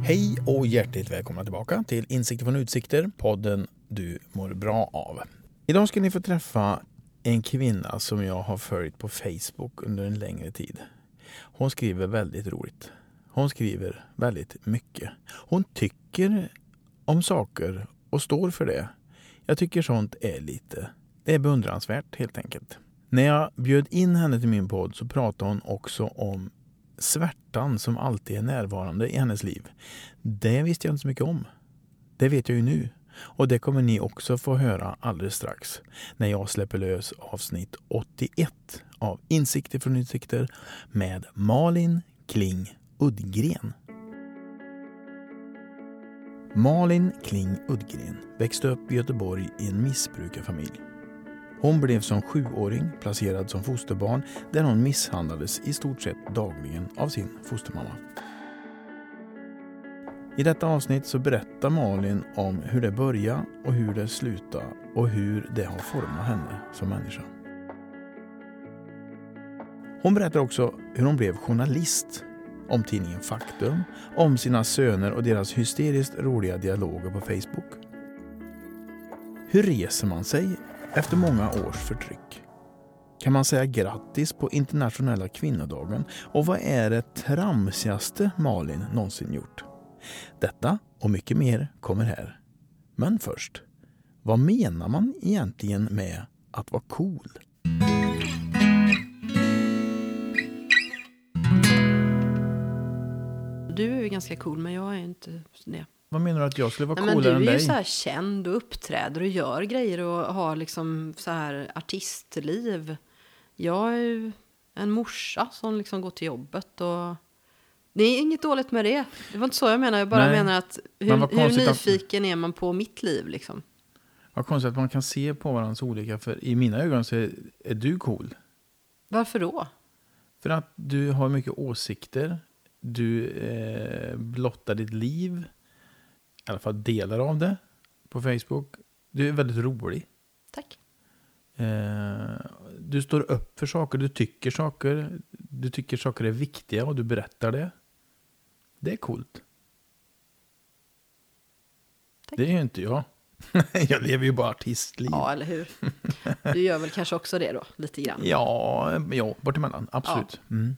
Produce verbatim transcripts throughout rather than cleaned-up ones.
Hej och hjärtligt välkomna tillbaka till Insikter från utsikter, podden du mår bra av. Idag ska ni få träffa en kvinna som jag har följt på Facebook under en längre tid. Hon skriver väldigt roligt. Hon skriver väldigt mycket. Hon tycker om saker och står för det. Jag tycker sånt är lite, det är beundransvärt helt enkelt. När jag bjöd in henne till min podd så pratade hon också om svärtan som alltid är närvarande i hennes liv. Det visste jag inte så mycket om. Det vet jag ju nu. Och det kommer ni också få höra alldeles strax när jag släpper lös avsnitt åttioett av Insikter från utsikter med Malin Kling Uddgren. Malin Kling Uddgren växte upp i Göteborg i en missbrukarfamilj. Hon blev som sjuåring placerad som fosterbarn där hon misshandlades i stort sett dagligen av sin fostermamma. I detta avsnitt så berättar Malin om hur det började och hur det slutade och hur det har format henne som människa. Hon berättar också hur hon blev journalist, om tidningen Faktum, om sina söner och deras hysteriskt roliga dialoger på Facebook. Hur reser man sig efter många års förtryck? Kan man säga grattis på internationella kvinnodagen? Och vad är det tramsigaste Malin någonsin gjort? Detta och mycket mer kommer här. Men först, vad menar man egentligen med att vara cool? Du är ju ganska cool, men jag är inte det. Vad menar du att jag skulle vara Nej, coolare än dig? Men du är ju så här känd och uppträder och gör grejer och har liksom så här artistliv. Jag är ju en morsa som liksom går till jobbet och det är inget dåligt med det. Det var inte så jag menar. Jag bara Nej, menar att hur, hur nyfiken att, är man på mitt liv liksom? Vad konstigt att man kan se på varandras olika, för i mina ögon så är, är du cool. Varför då? För att du har mycket åsikter. Du eh, blottar ditt liv. I alla fall delar av det på Facebook. Du är väldigt rolig. Tack. Eh, du står upp för saker, du tycker saker. Du tycker saker är viktiga och du berättar det. Det är coolt. Tack. Det är ju inte jag. Jag lever ju bara artistliv. Ja, eller hur? Du gör väl kanske också det då, lite grann. Ja, ja bortemellan. Absolut. Ja. Mm.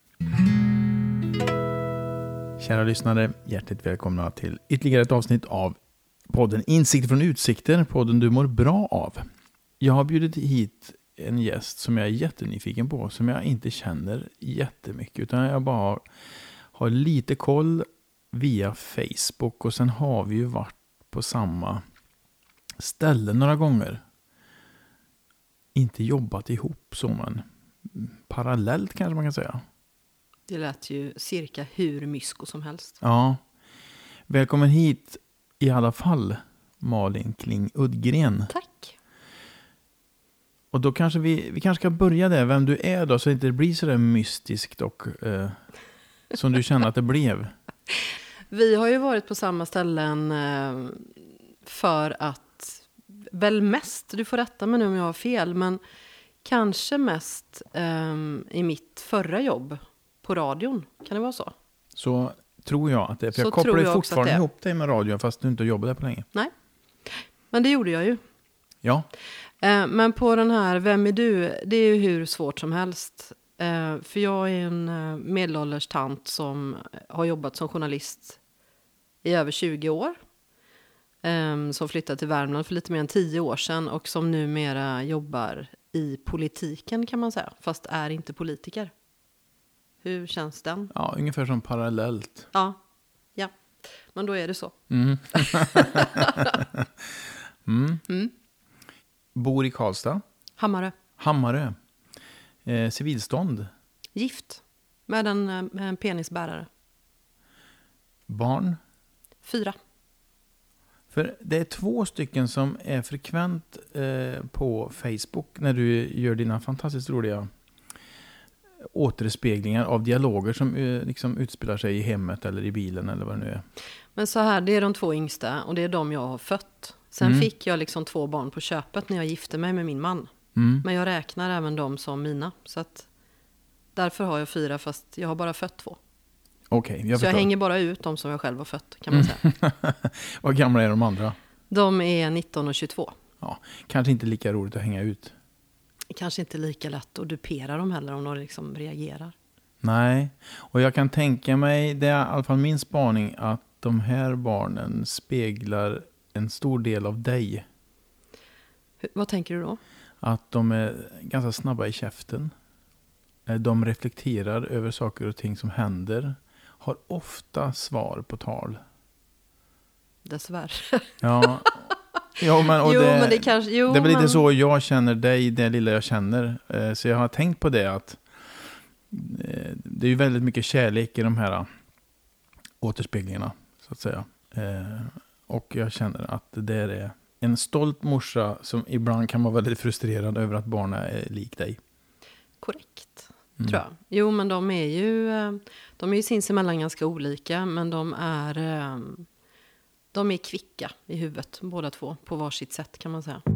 Kära lyssnare, hjärtligt välkomna till ytterligare ett avsnitt av podden Insikter från utsikter, podden du mår bra av. Jag har bjudit hit en gäst som jag är jättenyfiken på, som jag inte känner jättemycket, utan jag bara har, har lite koll via Facebook, och sen har vi ju varit på samma ställe några gånger. Inte jobbat ihop så, men parallellt kanske man kan säga. Det lät ju cirka hur mysko som helst. Ja. Välkommen hit i alla fall, Malin Kling Uddgren. Tack. Och då kanske vi, vi kanske ska börja där, vem du är då, så det inte blir så där mystiskt och eh, som du känner att det blev. Vi har ju varit på samma ställen eh, för att, väl mest, du får rätta mig nu om jag har fel, men kanske mest eh, i mitt förra jobb på radion. Kan det vara så? Så tror jag att det är. För så jag kopplar ju fortfarande det. ihop dig med radion fast du inte jobbar där på länge. Nej, men det gjorde jag ju. Ja. Eh, men på den här, vem är du? Det är ju hur svårt som helst. Eh, för jag är en eh, medelålders tant som har jobbat som journalist i över tjugo år. Eh, som flyttade till Värmland för lite mer än tio år sedan. Och som numera jobbar i politiken kan man säga. Fast är inte politiker. Hur känns den? Ja, ungefär som parallellt. Ja, ja. Men då är det så. Mm. mm. Mm. Bor i Karlstad. Hammarö. Hammarö. Eh, civilstånd. Gift. Med en, med en penisbärare. Barn. Fyra. För det är två stycken som är frekvent eh, på Facebook när du gör dina fantastiskt roliga återspeglingar av dialoger som eh, liksom utspelar sig i hemmet eller i bilen eller vad det nu är. Men så här, det är de två yngsta och det är de jag har fött. Sen mm. fick jag liksom två barn på köpet när jag gifte mig med min man. Mm. Men jag räknar även dem som mina. Så att därför har jag fyra fast jag har bara fött två. Okej, okay, jag Så förstår. jag hänger bara ut de som jag själv har fött, kan man säga. Vad gamla är de andra? De är nitton och tjugotvå. Ja, kanske inte lika roligt att hänga ut. Kanske inte lika lätt att dupera dem heller om de liksom reagerar. Nej, och jag kan tänka mig, det är i alla fall min spaning, att de här barnen speglar en stor del av dig. Hur, vad tänker du då? Att de är ganska snabba i käften. De reflekterar över saker och ting som händer. Har ofta svar på tal. Dessvärre. Ja, ja men, och jo, det, men det, kanske, jo, det är väl men... lite så jag känner dig, det lilla jag känner. Så jag har tänkt på det att det är ju väldigt mycket kärlek i de här återspeglingarna, så att säga. Och jag känner att det där är en stolt morsa som ibland kan vara väldigt frustrerad över att barnen är lik dig. Korrekt, mm. tror jag. Jo, men de är ju de är ju sinsemellan ganska olika, men de är de är kvicka i huvudet, båda två, på varsitt sätt kan man säga.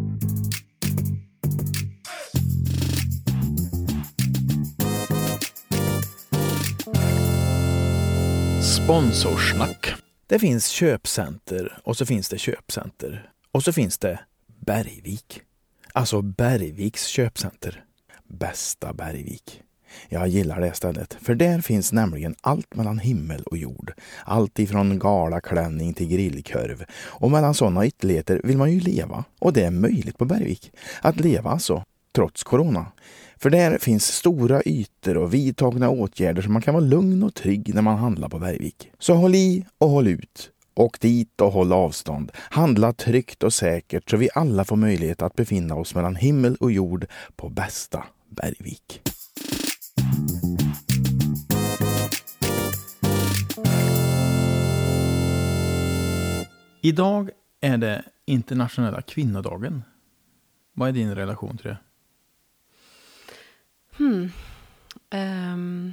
Sponsorsnack. Det finns köpcenter och så finns det köpcenter. Och så finns det Bergvik. Alltså Bergviks köpcenter. Bästa Bergvik. Jag gillar det stället. För där finns nämligen allt mellan himmel och jord. Allt ifrån galaklänning till grillkorv. Och mellan sådana ytterligheter vill man ju leva. Och det är möjligt på Bergvik. Att leva alltså, trots corona. För där finns stora ytor och vidtagna åtgärder så man kan vara lugn och trygg när man handlar på Bergvik. Så håll i och håll ut. Åk dit och håll avstånd. Handla tryggt och säkert så vi alla får möjlighet att befinna oss mellan himmel och jord på bästa Bergvik. Idag är det internationella kvinnodagen. Vad är din relation till det? Hmm. Um,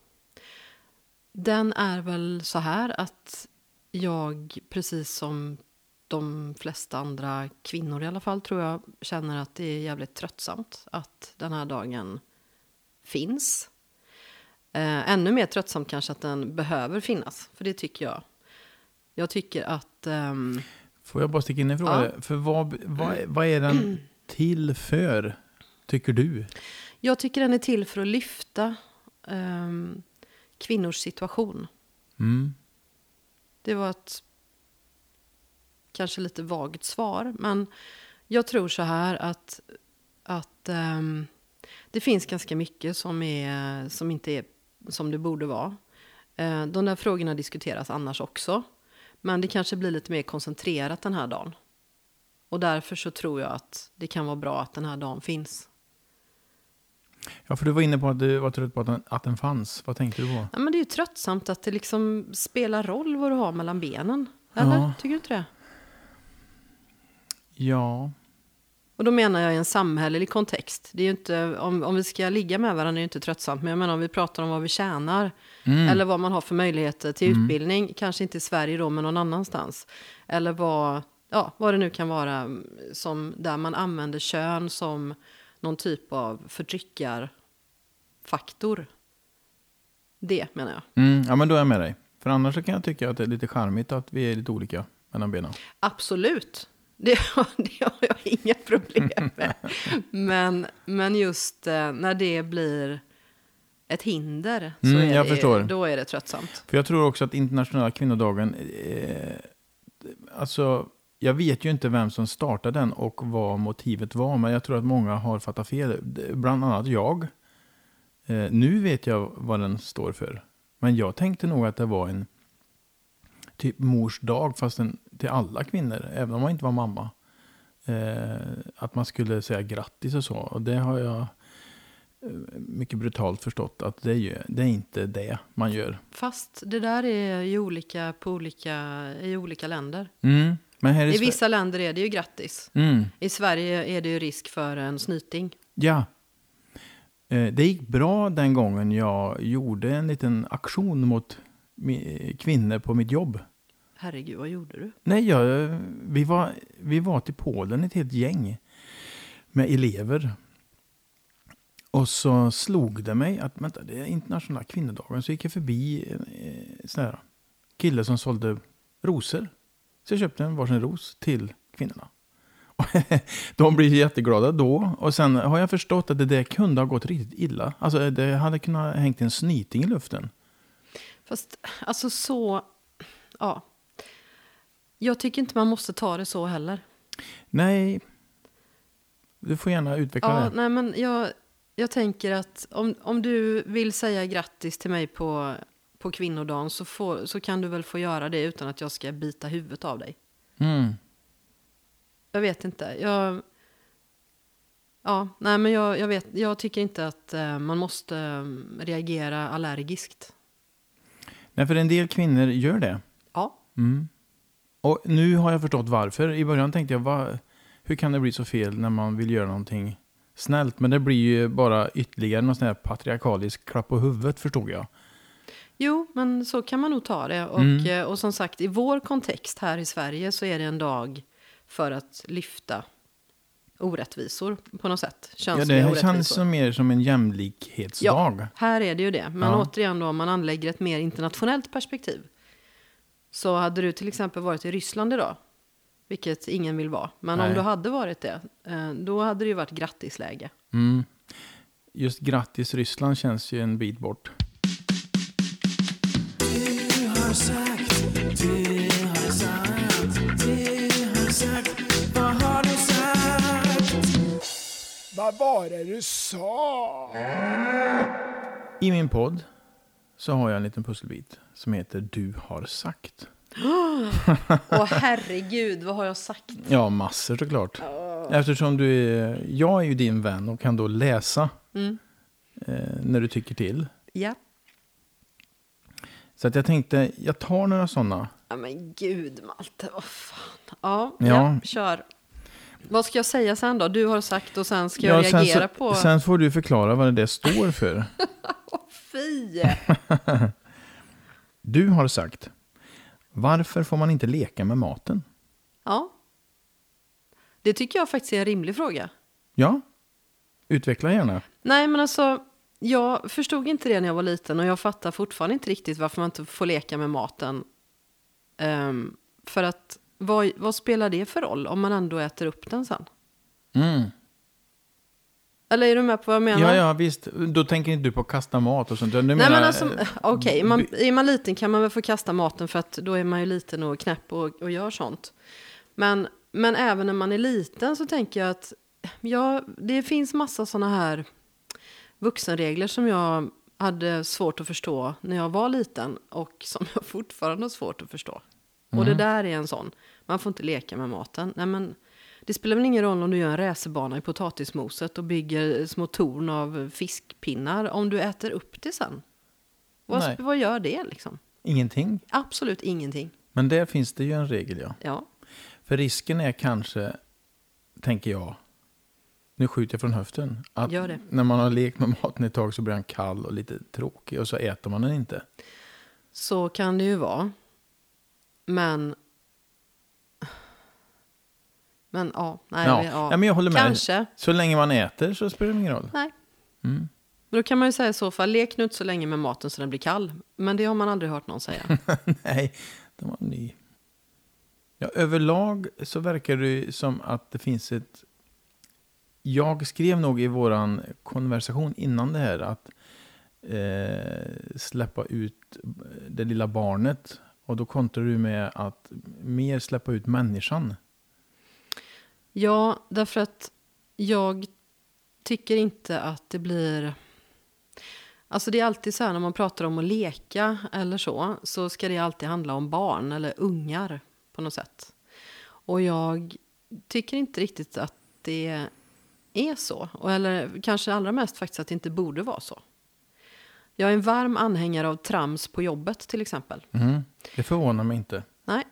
den är väl så här att jag, precis som de flesta andra kvinnor i alla fall, tror jag, känner att det är jävligt tröttsamt att den här dagen finns. Uh, ännu mer tröttsamt kanske att den behöver finnas, för det tycker jag. Jag tycker att... Um, Får jag bara sticka in en fråga? Ja. För vad, vad, vad är den till för, tycker du? Jag tycker den är till för att lyfta um, kvinnors situation. Mm. Det var ett kanske lite vagt svar. Men jag tror så här att, att um, det finns ganska mycket som, är, som inte är som det borde vara. Uh, de där frågorna diskuteras annars också. Men det kanske blir lite mer koncentrerat den här dagen. Och därför så tror jag att det kan vara bra att den här dagen finns. Ja, för du var inne på att du var trött på att den, att den fanns. Vad tänkte du på? Ja, men det är ju tröttsamt att det liksom spelar roll vad du har mellan benen. Eller? Ja. Tycker du inte det? Ja. Och då menar jag i en samhällelig kontext. Det är ju inte, om, om vi ska ligga med varandra är det ju inte tröttsamt. Men jag menar om vi pratar om vad vi tjänar. Mm. Eller vad man har för möjligheter till mm. utbildning. Kanske inte i Sverige då, men någon annanstans. Eller vad, ja, vad det nu kan vara. Som, där man använder kön som någon typ av förtryckarfaktor. Det menar jag. Mm, ja, men då är jag med dig. För annars så kan jag tycka att det är lite charmigt att vi är lite olika mellan benen. Absolut. Det har, det har jag inga problem med. Men, men just eh, när det blir ett hinder så mm, är jag det, förstår. Då är det tröttsamt. För jag tror också att internationella kvinnodagen, eh, alltså jag vet ju inte vem som startade den och vad motivet var, men jag tror att många har fattat fel. Bland annat jag. Eh, nu vet jag vad den står för. Men jag tänkte nog att det var en typ mors dag, fast en, till alla kvinnor, även om man inte var mamma. Eh, att man skulle säga grattis och så. Och det har jag eh, mycket brutalt förstått att det är, ju, det är inte det man gör. Fast det där är ju olika på olika, i olika länder. Mm. Men här i, I vissa länder är det ju grattis. Mm. I Sverige är det ju risk för en snyting. Ja. Eh, det gick bra den gången jag gjorde en liten aktion mot mi- kvinnor på mitt jobb. Herregud, vad gjorde du? Nej, jag, vi, var, vi var till Polen ett helt gäng med elever. Och så slog det mig att vänta, det är internationella kvinnodagen. Så gick jag förbi en eh, sån här kille som sålde rosor. Så jag köpte en varsin ros till kvinnorna. De blir jätteglada då. Och sen har jag förstått att det där kunde ha gått riktigt illa. Alltså det hade kunnat hängt en snyting i luften. Fast alltså så, ja. Jag tycker inte man måste ta det så heller. Nej, du får gärna utveckla ja, det. Nej, men jag, jag tänker att om, om du vill säga grattis till mig på, på kvinnodagen så, får, så kan du väl få göra det utan att jag ska bita huvudet av dig. Mm. Jag vet inte. Jag, ja, nej, men jag, jag, vet, jag tycker inte att eh, man måste eh, reagera allergiskt. Nej, för en del kvinnor gör det. Ja. Mm. Och nu har jag förstått varför. I början tänkte jag, va, hur kan det bli så fel när man vill göra någonting snällt? Men det blir ju bara ytterligare någon sån här patriarkalisk klapp på huvudet, förstod jag. Jo, men så kan man nog ta det. Och, mm. och som sagt, i vår kontext här i Sverige så är det en dag för att lyfta orättvisor på något sätt. Ja, det känns som mer som en jämlikhetsdag. Ja, här är det ju det. Men ja. återigen då, om man anlägger ett mer internationellt perspektiv. Så hade du till exempel varit i Ryssland idag, vilket ingen vill vara. Men Nej. om du hade varit det, då hade det ju varit grattisläge. Mm. Just grattis Ryssland känns ju en bit bort. Du har sagt, du har sagt, du har sagt, vad har du sagt? Vad var det du sa? I min podd så har jag en liten pusselbit som heter Du har sagt. Åh oh, herregud, vad har jag sagt? Ja, massor såklart. Oh. Eftersom du är, jag är ju din vän och kan då läsa mm. eh, när du tycker till. Ja. Så att jag tänkte, jag tar några sådana. Ja men gud Malte, vad fan. Ja, ja. ja, kör. Vad ska jag säga sen då? Du har sagt och sen ska jag ja, reagera sen så, på... Sen får du förklara vad det står för. Fy! Du har sagt, varför får man inte leka med maten? Ja. Det tycker jag faktiskt är en rimlig fråga. Ja, utveckla gärna. Nej men alltså, jag förstod inte det när jag var liten och jag fattar fortfarande inte riktigt varför man inte får leka med maten. Um, för att, vad, vad spelar det för roll om man ändå äter upp den sen? Mm. Eller är du med på vad jag menar? Ja, ja, visst. Då tänker inte du på att kasta mat och sånt. Du Nej, menar, men alltså, okej. Okay. Är man liten kan man väl få kasta maten för att då är man ju liten och knäpp och, och gör sånt. Men, men även när man är liten så tänker jag att ja, det finns massa såna här vuxenregler som jag hade svårt att förstå när jag var liten och som jag fortfarande har svårt att förstå. Mm. Och det där är en sån. Man får inte leka med maten. Nej, men det spelar väl ingen roll om du gör en racerbana i potatismoset och bygger små torn av fiskpinnar om du äter upp det sen. Vad, vad gör det liksom? Ingenting. Absolut ingenting. Men där finns det ju en regel, ja. Ja. För risken är kanske, tänker jag, nu skjuter jag från höften, att när man har lekt med maten ett tag så blir den kall och lite tråkig och så äter man den inte. Så kan det ju vara. Men... Men ja, nej, ja. ja. ja men jag håller med. Kanske. Så länge man äter så spelar det ingen roll. Nej. Mm. Men då kan man ju säga i så fall, lek nu inte så länge med maten så den blir kall. Men det har man aldrig hört någon säga. Nej, det var ny. Ja, överlag så verkar det som att det finns ett... Jag skrev nog i våran konversation innan det här att eh, släppa ut det lilla barnet. Och då kontrar du med att mer släppa ut människan. Ja, därför att jag tycker inte att det blir... Alltså det är alltid så här när man pratar om att leka eller så, så ska det alltid handla om barn eller ungar på något sätt. Och jag tycker inte riktigt att det är så. Eller kanske allra mest faktiskt att det inte borde vara så. Jag är en varm anhängare av trams på jobbet till exempel. Mm, det förvånar mig inte. Nej.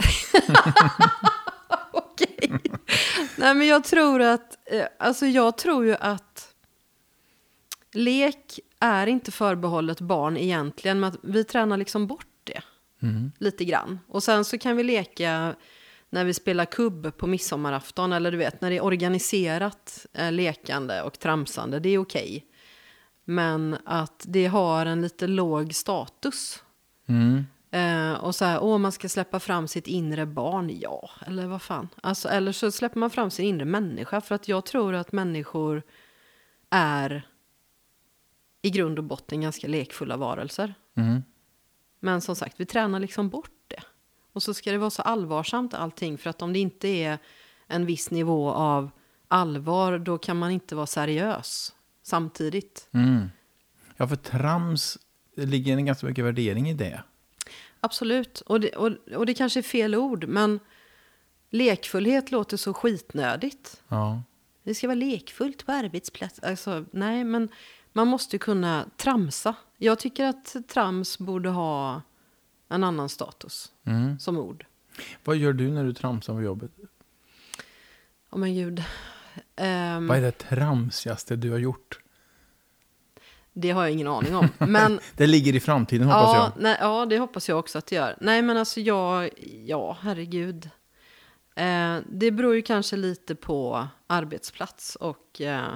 Okej. Nej, men jag tror att, alltså jag tror ju att lek är inte förbehållet barn egentligen, men att vi tränar liksom bort det mm. lite grann. Och sen så kan vi leka när vi spelar kubb på midsommarafton, eller du vet, när det är organiserat eh, lekande och tramsande, det är okej. Men att det har en lite låg status. Mm. Eh, och så här, åh, man ska släppa fram sitt inre barn. Ja, eller vad fan. Alltså, eller så släpper man fram sin inre människa. För att jag tror att människor är i grund och botten ganska lekfulla varelser. Mm. Men som sagt, vi tränar liksom bort det. Och så ska det vara så allvarsamt allting. För att om det inte är en viss nivå av allvar, då kan man inte vara seriös samtidigt. Mm. Ja, för trams, det ligger en ganska mycket värdering i det. Absolut. Och det, och, och det kanske är fel ord, men lekfullhet låter så skitnödigt. Ja. Det ska vara lekfullt på arbetsplats. Alltså, nej, men man måste kunna tramsa. Jag tycker att trams borde ha en annan status Mm. som ord. Vad gör du när du tramsar på jobbet? Åh men gud. Ehm, Vad är det tramsigaste du har gjort? det har jag ingen aning om. Men Det ligger i framtiden, hoppas ja, jag. nej, ja, det hoppas jag också att det gör. Nej, men alltså jag, ja, herregud. Eh, det beror ju kanske lite på arbetsplats och eh,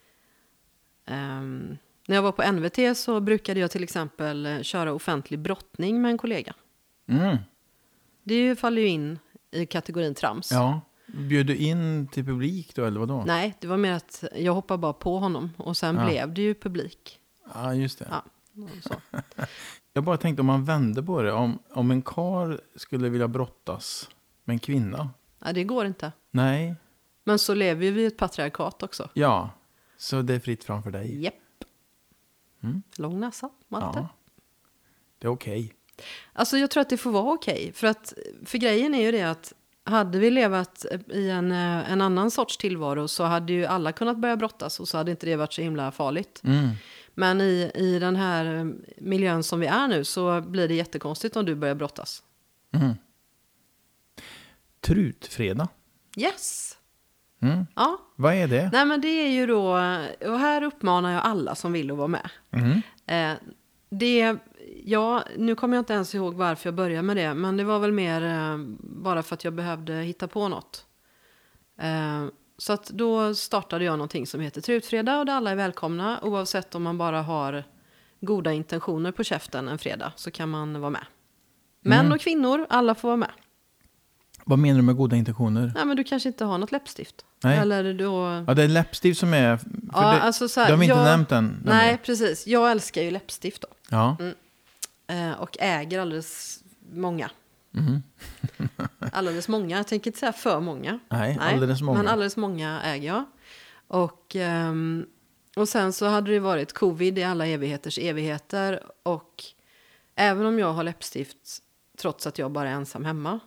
ehm, när jag var på N V T så brukade jag till exempel eh, köra offentlig brottning med en kollega. Mm. Det faller ju in i kategorin trams. Ja. Bjöd du in till publik då, eller vadå? Nej, det var mer att jag hoppade bara på honom och sen Ja. blev det ju publik. Ja, just det. Ja, så. Jag bara tänkte om man vände på det. Om, om en karl skulle vilja brottas med en kvinna. Nej, det går inte. Nej. Men så lever vi i ett patriarkat också. Ja. Så det är fritt framför dig. Japp. Mm. Lång näsa, Malte. Ja. Det är okej. Alltså jag tror att det får vara okej. För att, för grejen är ju det att hade vi levat i en, eh, en annan sorts tillvaro så hade ju alla kunnat börja brottas och så hade inte det varit så himla farligt. Mm. Men i, i den här eh, miljön som vi är nu så blir det jättekonstigt om du börjar brottas. Mm. Trutfredag. Yes! Mm. Ja. Vad är det? Nej men det är ju då, och här uppmanar jag alla som vill att vara med. Mm. Eh, det, ja, nu kommer jag inte ens ihåg varför jag började med det. Men det var väl mer eh, bara för att jag behövde hitta på något. Eh, så att då startade jag någonting som heter Trutfredag. Och där alla är välkomna. Oavsett om man bara har goda intentioner på käften en fredag. Så kan man vara med. Män Mm. och kvinnor, alla får vara med. Vad menar du med goda intentioner? Nej men du kanske inte har något läppstift. Nej. Eller då... Ja, det är läppstift som är... För Ja, det, alltså så här, det har vi inte jag- nämnt än. Nej, nämligen. precis. Jag älskar ju läppstift då. Ja. Eh, och äger alldeles många. Mhm. Alldeles många. Jag tänker inte säga för många. Nej, alldeles många. Men alldeles många äger jag. Och, ehm, och sen så hade det varit covid i alla evigheters evigheter. Och även om jag har läppstift trots att jag bara är ensam hemma.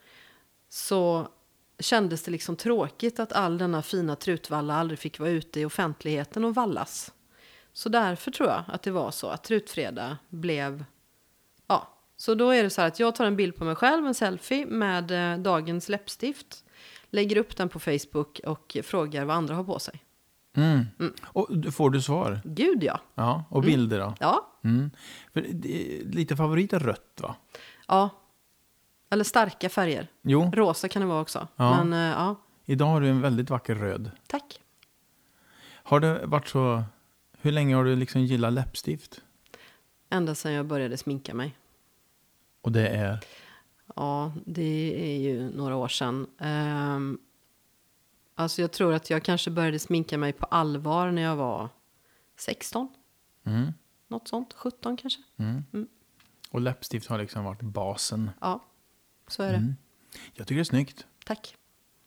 Så kändes det liksom tråkigt att all denna fina trutvalla aldrig fick vara ute i offentligheten och vallas. Så därför tror jag att det var så att Trutfredag blev... Ja, så då är det så här att jag tar en bild på mig själv, en selfie med eh, dagens läppstift. Lägger upp den på Facebook och frågar vad andra har på sig. Mm. Och du- får du svar? Gud ja. Ja. Och bilder då? Ja, Mm. För det är lite favorit är rött, va? ja. Eller starka färger. Jo, Rosa kan det vara också. Ja. Men eh, ja, idag har du en väldigt vacker röd. tack. Har det varit så... Hur länge har du liksom gillat läppstift? Ända sedan jag började sminka mig. Och det är... Ja, det är ju några år sedan. Um, alltså jag tror att jag kanske började sminka mig på allvar när jag var sexton. Mm. Något sånt, sjutton kanske. Mm. Mm. Och läppstift har liksom varit basen. Ja, så är det. Mm. Jag tycker det är snyggt. Tack.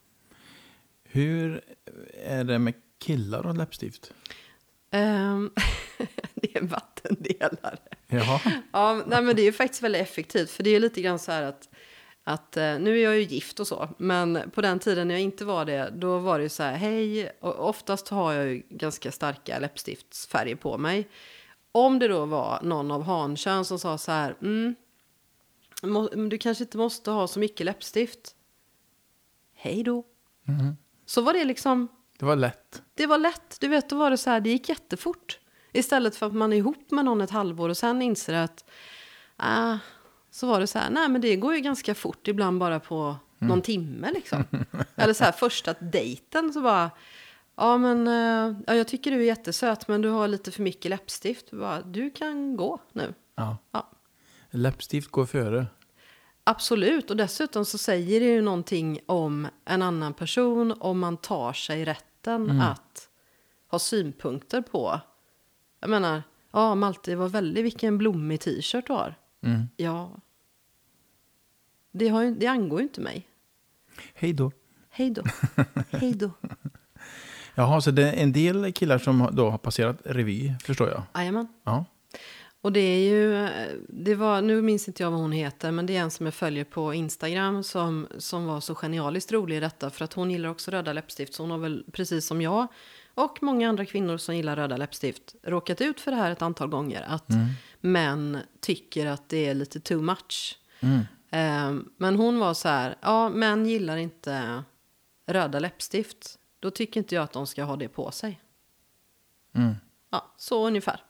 Hur är det med killar och läppstift? Ehm, det är en vattendelare. Jaha. Ja, nej, men det är ju faktiskt väldigt effektivt. För det är lite grann så här att, att eh, nu är jag ju gift och så. Men på den tiden när jag inte var det, då var det ju så här, hej. Och oftast har jag ju ganska starka läppstiftsfärger på mig. Om det då var någon av hankön som sa så här, mm, må, du kanske inte måste ha så mycket läppstift. Hej då. Mm. Så var det liksom... Det var lätt. Det var lätt, du vet, då var det så här, det gick jättefort. Istället för att man är ihop med någon ett halvår och sen inser att, ah, så var det så här, nej men det går ju ganska fort, ibland bara på någon timme liksom. Eller så här, första dejten så bara, Ja, men eh, ja, jag tycker du är jättesöt, men du har lite för mycket läppstift. Bara, du kan gå nu. Ja. Ja. Läppstift går före. Absolut, och dessutom så säger det ju någonting om en annan person om man tar sig rätten Mm. att ha synpunkter på. Jag menar, ja Malte, var väldigt vilken blommig t-shirt du har. Mm. Ja, det, har ju, det angår ju inte mig. Hej då. Hej då. Hej då. Jaha, så det är en del killar som då har passerat revy, förstår jag. Jajamän. Ja. Och det är ju, det var, nu minns inte jag vad hon heter, men det är en som jag följer på Instagram som, som var så genialiskt rolig i detta. För att hon gillar också röda läppstift, så hon har väl precis som jag och många andra kvinnor som gillar röda läppstift råkat ut för det här ett antal gånger. Att Mm. män tycker att det är lite too much. Mm. Eh, men hon var så här, ja män gillar inte röda läppstift. Då tycker inte jag att de ska ha det på sig. Mm. Ja, så ungefär.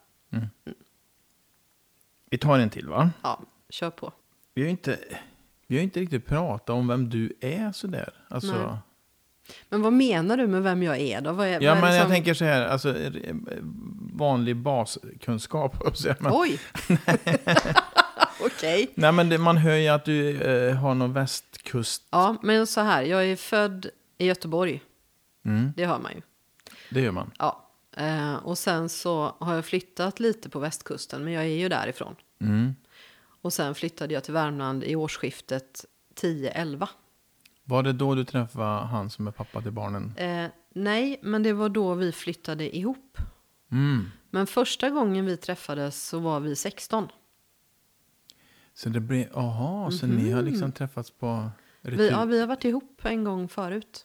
Vi tar en till, va? Ja, kör på. Vi har ju inte, vi har ju inte riktigt pratat om vem du är sådär. Alltså, Nej. Men vad menar du med vem jag är då? Vad är, ja, vad är men jag liksom... tänker så här, alltså eh, vanlig baskunskap. så här, men- Oj! Okej. Nej, men det, man hör ju att du eh, har någon västkust. Ja, men så här. Jag är född i Göteborg. Mm, Det hör man ju. det gör man. Ja. Eh, och sen så har jag flyttat lite på västkusten. Men jag är ju därifrån. Mm. Och sen flyttade jag till Värmland i årsskiftet tio elva. Var det då du träffade han som är pappa till barnen? Eh, nej, men det var då vi flyttade ihop. Mm. Men första gången vi träffades så var vi sexton. Så det blir, aha, så ni har liksom träffats på retur. Vi, ja, vi har varit ihop en gång förut.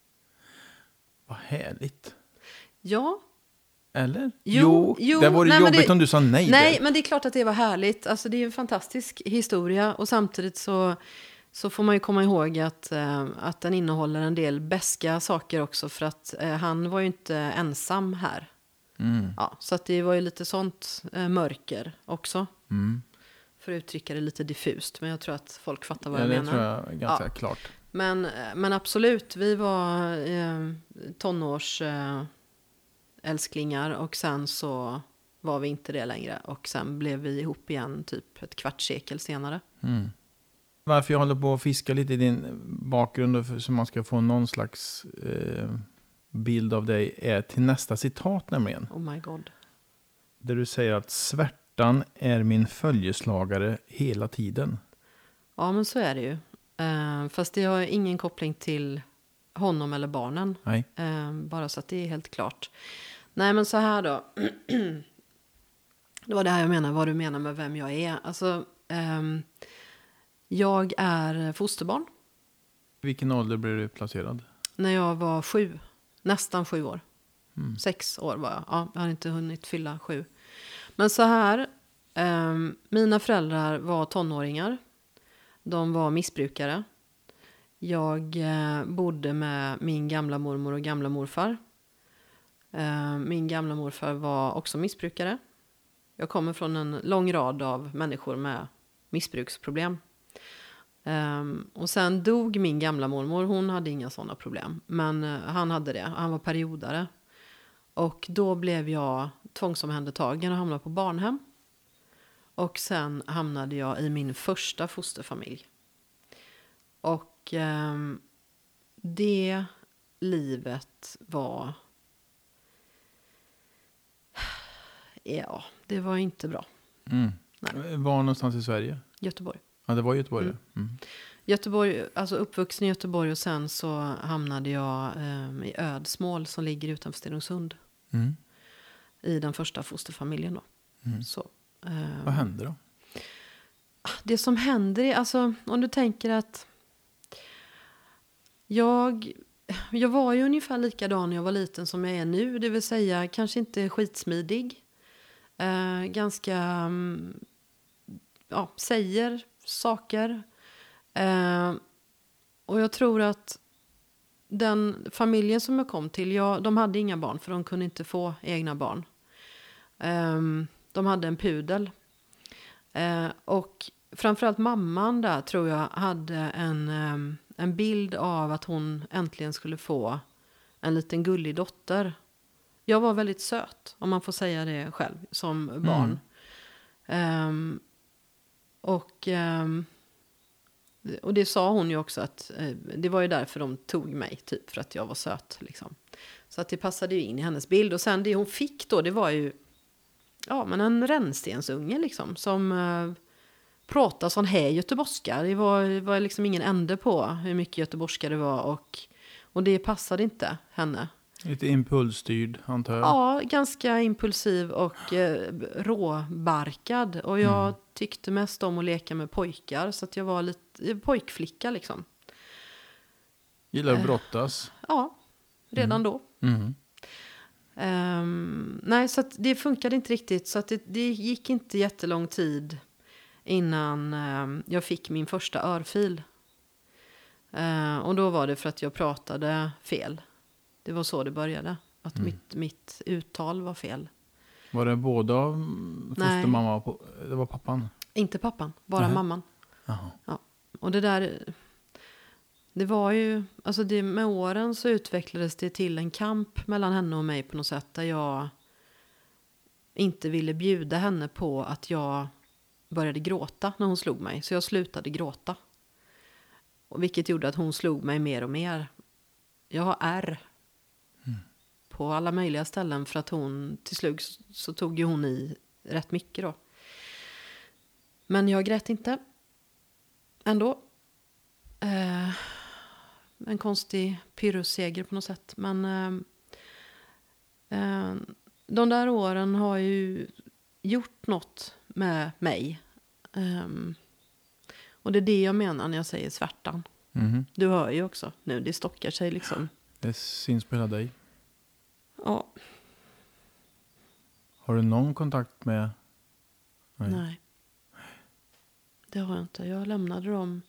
Vad härligt. Ja, Eller? Jo, jo, det vore nej, men jobbigt det- om du sa nej. nej, där. men det är klart att det var härligt. Alltså det är ju en fantastisk historia. Och samtidigt så, så får man ju komma ihåg att, eh, att den innehåller en del beska saker också. För att eh, han var ju inte ensam här. Mm. Ja, så att det var ju lite sånt eh, mörker också. Mm. För att uttrycka det lite diffust. Men jag tror att folk fattar vad Ja, jag det menar. tror jag är ganska Ja. klart. Men, men absolut, vi var eh, tonårs eh, älsklingar och sen så var vi inte det längre. Och sen blev vi ihop igen typ ett kvartssekel senare. Mm. Varför jag håller på att fiska lite i din bakgrund och för, så man ska få någon slags eh, bild av dig är till nästa citat nämligen. Oh my god. Där du säger att svärtan är min följeslagare hela tiden. Ja, men så är det ju. Eh, fast det har ingen koppling till honom eller barnen. Nej. Eh, bara så att det är helt klart. Nej, men så här då. Det var det här jag menar, vad du menar med vem jag är. Alltså, ehm, jag är fosterbarn. Vilken ålder blev du placerad? När jag var sju. Nästan sju år. Sex år var jag. Ja, jag har inte hunnit fylla sju. Men så här. ehm, mina föräldrar var tonåringar. De var missbrukare. Jag eh, bodde med min gamla mormor och gamla morfar. Eh, min gamla morfar var också missbrukare. Jag kommer från en lång rad av människor med missbruksproblem. Um, och sen dog min gamla mormor. Hon hade inga sådana problem. Men uh, han hade det. Han var periodare. Och då blev jag tvångsomhändertagen och hamnade på barnhem. Och sen hamnade jag i min första fosterfamilj. Och um, det livet var... Ja, det var inte bra. Mm. Nej. Var någonstans i Sverige? Göteborg. Ja, det var Göteborg. Mm. Mm. Göteborg, alltså uppvuxen i Göteborg och sen så hamnade jag eh, i Ödsmål som ligger utanför Stenungsund. Mm. I den första fosterfamiljen då. Mm. Så, eh, Vad hände då? det som händer är, alltså om du tänker att jag, jag var ju ungefär likadan när jag var liten som jag är nu. Det vill säga kanske inte skitsmidig. Eh, ganska, mm, ja, säger saker. Eh, och jag tror att den familjen som jag kom till, ja, de hade inga barn för de kunde inte få egna barn. Eh, de hade en pudel. Eh, och framförallt mamman där tror jag hade en, eh, en bild av att hon äntligen skulle få en liten gullig dotter. Jag var väldigt söt, om man får säga det själv, som barn. Mm. Um, och, um, och det sa hon ju också att uh, det var ju därför de tog mig, typ för att jag var söt. Liksom. Så att det passade ju in i hennes bild. Och sen det hon fick då, det var ju ja, men en rännstensunge liksom, som uh, pratade sån här göteborgska. Det var, det var liksom ingen ände på hur mycket göteborgska det var. Och, och det passade inte henne. Lite impulsstyrd, antar jag. Ja, ganska impulsiv och eh, råbarkad. Och jag mm. tyckte mest om att leka med pojkar. Så att jag var lite pojkflicka liksom. Gillar att brottas? Eh, ja, redan mm. då. Mm. Um, nej, så att det funkade inte riktigt. Så att det, det gick inte jättelång tid innan um, jag fick min första örfil. Uh, och då var det för att jag pratade fel. Det var så det började. Att mm. mitt, mitt uttal var fel. Var det båda fostermamma och det var pappan? Inte pappan, bara uh-huh. mamman. Uh-huh. Ja. Och det där, det var ju, alltså det, med åren så utvecklades det till en kamp mellan henne och mig på något sätt. Där jag inte ville bjuda henne på att jag började gråta när hon slog mig. Så jag slutade gråta. Och vilket gjorde att hon slog mig mer och mer. Jag har ärr. Mm. På alla möjliga ställen för att hon till slut så, så tog ju hon i rätt mycket då. Men jag grät inte. Ändå. Eh, en konstig pyrrusseger på något sätt. Men eh, eh, de där åren har ju gjort något med mig. Eh, och det är det jag menar när jag säger svärtan. Mm. Du hör ju också nu, det stockar sig liksom. Det syns på hela dig. Ja. Har du någon kontakt med? Nej. Nej. Det har jag inte. Jag lämnade dem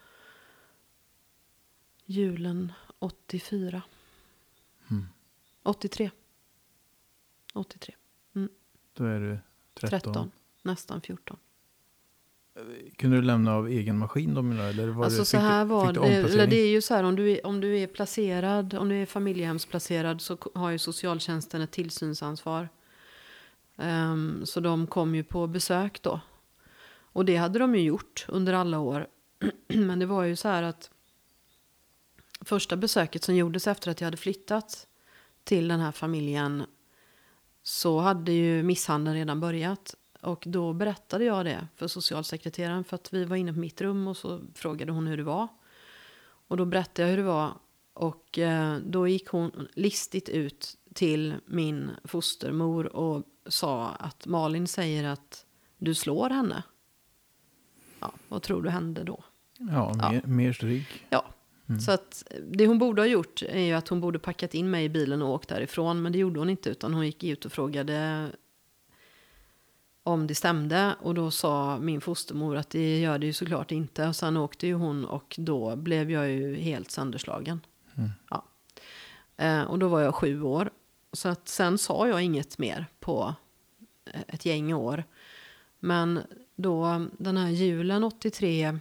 julen åttiofyra. Mm. åttiotre. åttiotre. Mm. Då är du tretton. tretton. Nästan fjorton. Kunde du lämna av egen maskin då? Eller var alltså det, så här du, var det. Eller det är ju så här, om du är, om du är placerad, om du är familjehemsplacerad så har ju socialtjänsten ett tillsynsansvar. Um, så de kom ju på besök då. Och det hade de ju gjort under alla år. Men det var ju så här att första besöket som gjordes efter att jag hade flyttat till den här familjen så hade ju misshandeln redan börjat. Och då berättade jag det för socialsekreteraren för att vi var inne på mitt rum och så frågade hon hur det var. Och då berättade jag hur det var och eh, då gick hon listigt ut till min fostermor och sa att Malin säger att du slår henne. Ja, vad tror du hände då? Ja, mer, ja. mer stryk. Ja, mm. Så att det hon borde ha gjort är ju att hon borde packat in mig i bilen och åkt därifrån. Men det gjorde hon inte utan hon gick ut och frågade om det stämde. Och då sa min fostermor att det gör det ju såklart inte. Och sen åkte ju hon och då blev jag ju helt sönderslagen. Mm. Ja. Eh, och då var jag sju år. Så att sen sa jag inget mer på ett gäng år. Men då den här julen åttiotre,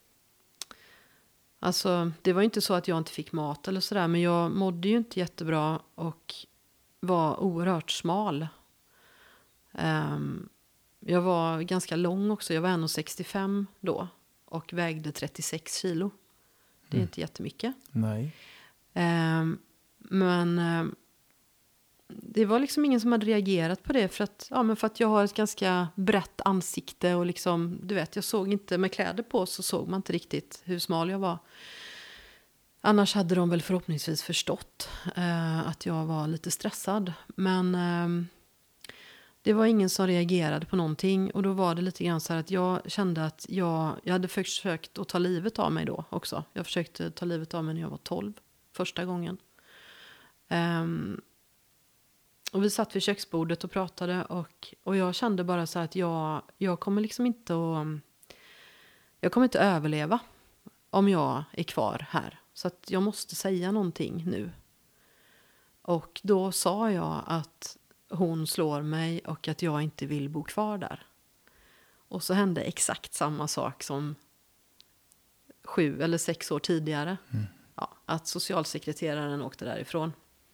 alltså det var inte så att jag inte fick mat eller sådär, men jag mådde ju inte jättebra och var oerhört smal. Um, jag var ganska lång också, jag var en komma sextiofem då och vägde trettiosex kilo. Det är mm. inte jättemycket. Nej. Um, men um, det var liksom ingen som hade reagerat på det för att, ja, men för att jag har ett ganska brett ansikte och liksom, du vet, jag såg inte med kläder på så såg man inte riktigt hur smal jag var. Annars hade de väl förhoppningsvis förstått eh, att jag var lite stressad. Men eh, det var ingen som reagerade på någonting och då var det lite grann så här att jag kände att jag, jag hade försökt att ta livet av mig då också. Jag försökte ta livet av mig när jag var tolv, första gången. Um, Och vi satt vid köksbordet och pratade och, och jag kände bara så här att jag, jag kommer liksom inte att, jag kommer inte överleva om jag är kvar här. Så att jag måste säga någonting nu. Och då sa jag att hon slår mig och att jag inte vill bo kvar där. Och så hände exakt samma sak som sju eller sex år tidigare. Mm. Ja, att socialsekreteraren åkte därifrån.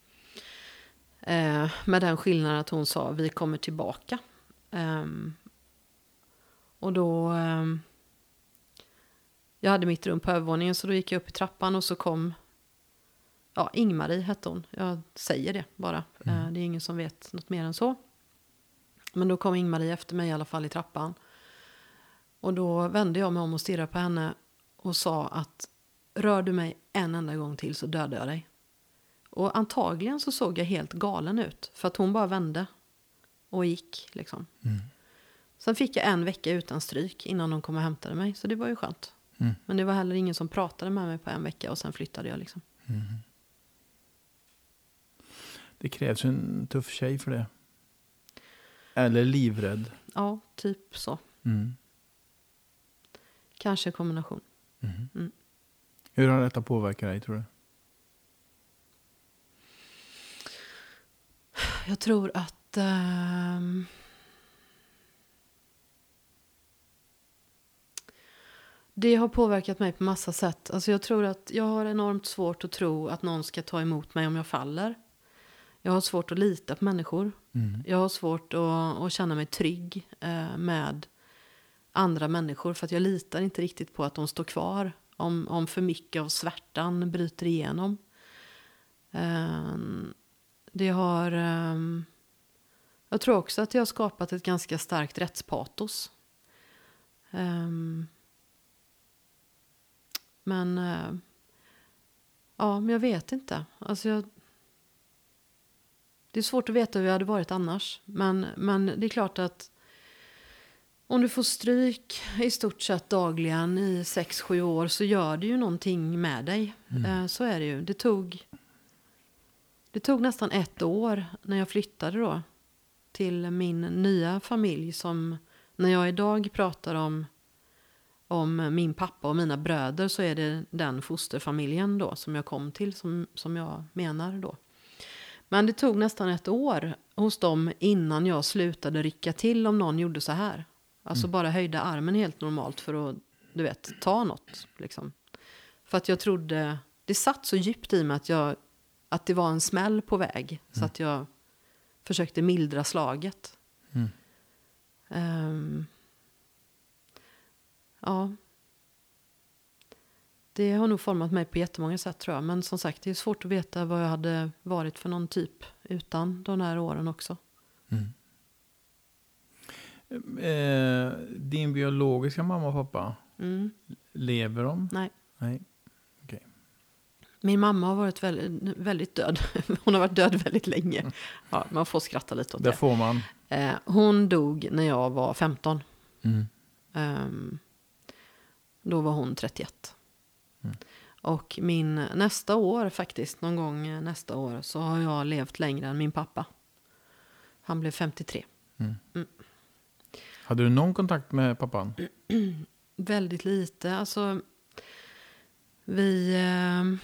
Eh, med den skillnaden att hon sa vi kommer tillbaka. Eh, och då... Eh, jag hade mitt rum på övervåningen så då gick jag upp i trappan och så kom... Ja, Ingmarie hette hon. Jag säger det bara. Mm. Eh, det är ingen som vet något mer än så. Men då kom Ingmarie efter mig i alla fall i trappan. Och då vände jag mig om och stirrade på henne och sa att rör du mig en enda gång till så dödar jag dig. Och antagligen så såg jag helt galen ut. För att hon bara vände och gick liksom. Mm. Sen fick jag en vecka utan stryk innan de kom och hämtade mig. Så det var ju skönt. Mm. Men det var heller ingen som pratade med mig på en vecka och sen flyttade jag liksom. Mm. Det krävs en tuff tjej för det. Eller livrädd. Ja, typ så. Mm. Kanske kombination. Mm. Mm. Hur har detta påverkat dig, tror du? Jag tror att... Um, det har påverkat mig på massa sätt. Alltså jag tror att jag har enormt svårt att tro att någon ska ta emot mig om jag faller. Jag har svårt att lita på människor. Mm. Jag har svårt att, att känna mig trygg eh, med andra människor. För att jag litar inte riktigt på att de står kvar. Om, om för mycket av svärtan bryter igenom. Eh, det har... Eh, jag tror också att jag har skapat ett ganska starkt rättspatos. Eh, men... Eh, ja, men jag vet inte. Alltså jag... Det är svårt att veta hur jag hade varit annars. Men, men det är klart att om du får stryk i stort sett dagligen i sex sju år så gör det ju någonting med dig. Mm. Eh, så är det ju. Det tog, det tog nästan ett år när jag flyttade då till min nya familj. Som när jag idag pratar om, om min pappa och mina bröder så är det den fosterfamiljen då som jag kom till som, som jag menar då. Men det tog nästan ett år hos dem innan jag slutade rycka till om någon gjorde så här. Alltså mm. bara höjde armen helt normalt för att, du vet, ta något. Liksom. För att jag trodde, det satt så djupt i mig att, jag, att det var en smäll på väg. Mm. Så att jag försökte mildra slaget. Mm. Um, ja. Det har nog format mig på jättemånga sätt tror jag. Men som sagt, det är svårt att veta vad jag hade varit för någon typ utan de här åren också. Mm. Eh, din biologiska mamma och pappa, mm. lever de? Nej. Nej. Okay. Min mamma har varit väldigt, väldigt död. Hon har varit död väldigt länge. Ja, man får skratta lite åt det. Det får man. Eh, hon dog när jag var femton. Mm. Um, då var hon trettioett. Mm. Och min nästa år faktiskt, någon gång nästa år så har jag levt längre än min pappa. Han blev femtiotre. Mm. Mm. Hade du någon kontakt med pappan? Väldigt lite. Alltså, vi... Eh,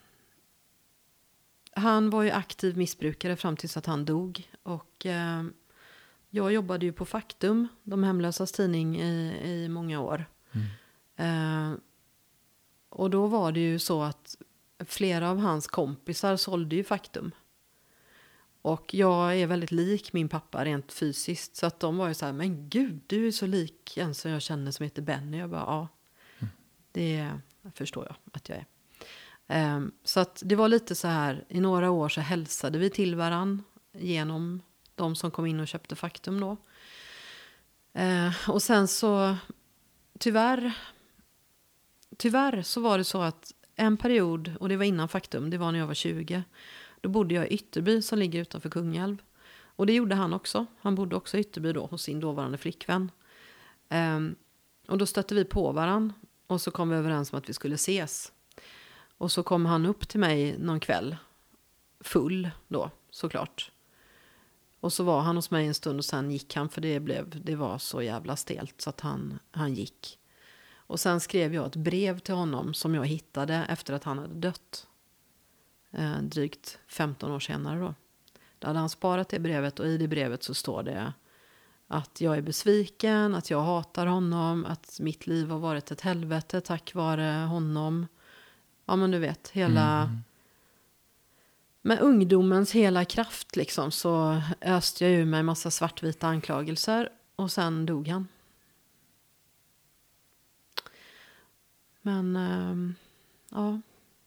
han var ju aktiv missbrukare fram tills att han dog. Och eh, jag jobbade ju på Faktum, de hemlösas tidning, i, i många år. Mm. Eh, och då var det ju så att flera av hans kompisar sålde ju Faktum. Och jag är väldigt lik min pappa rent fysiskt. Så att de var ju så här, men gud, du är så lik en som jag känner som heter Benny. Jag bara, ja, mm. det förstår jag att jag är. Um, så att det var lite så här, i några år så hälsade vi till varann genom de som kom in och köpte Faktum då. Uh, och sen så, tyvärr, tyvärr så var det så att en period, och det var innan Faktum, det var när jag var tjugo. Då bodde jag i Ytterby som ligger utanför Kungälv. Och det gjorde han också. Han bodde också i Ytterby då hos sin dåvarande flickvän. Um, och då stötte vi på varann. Och så kom vi överens om att vi skulle ses. Och så kom han upp till mig någon kväll. Full då, såklart. Och så var han hos mig en stund och sen gick han. För det, blev, det var så jävla stelt så att han, han gick. Och sen skrev jag ett brev till honom som jag hittade efter att han hade dött. Eh, drygt femton år senare då. Då hade han sparat det brevet och i det brevet så står det att jag är besviken, att jag hatar honom, att mitt liv har varit ett helvete tack vare honom. Ja men du vet, hela... Mm. med ungdomens hela kraft liksom, så öste jag ur mig en massa svartvita anklagelser. Och sen dog han. Men, ähm, ja.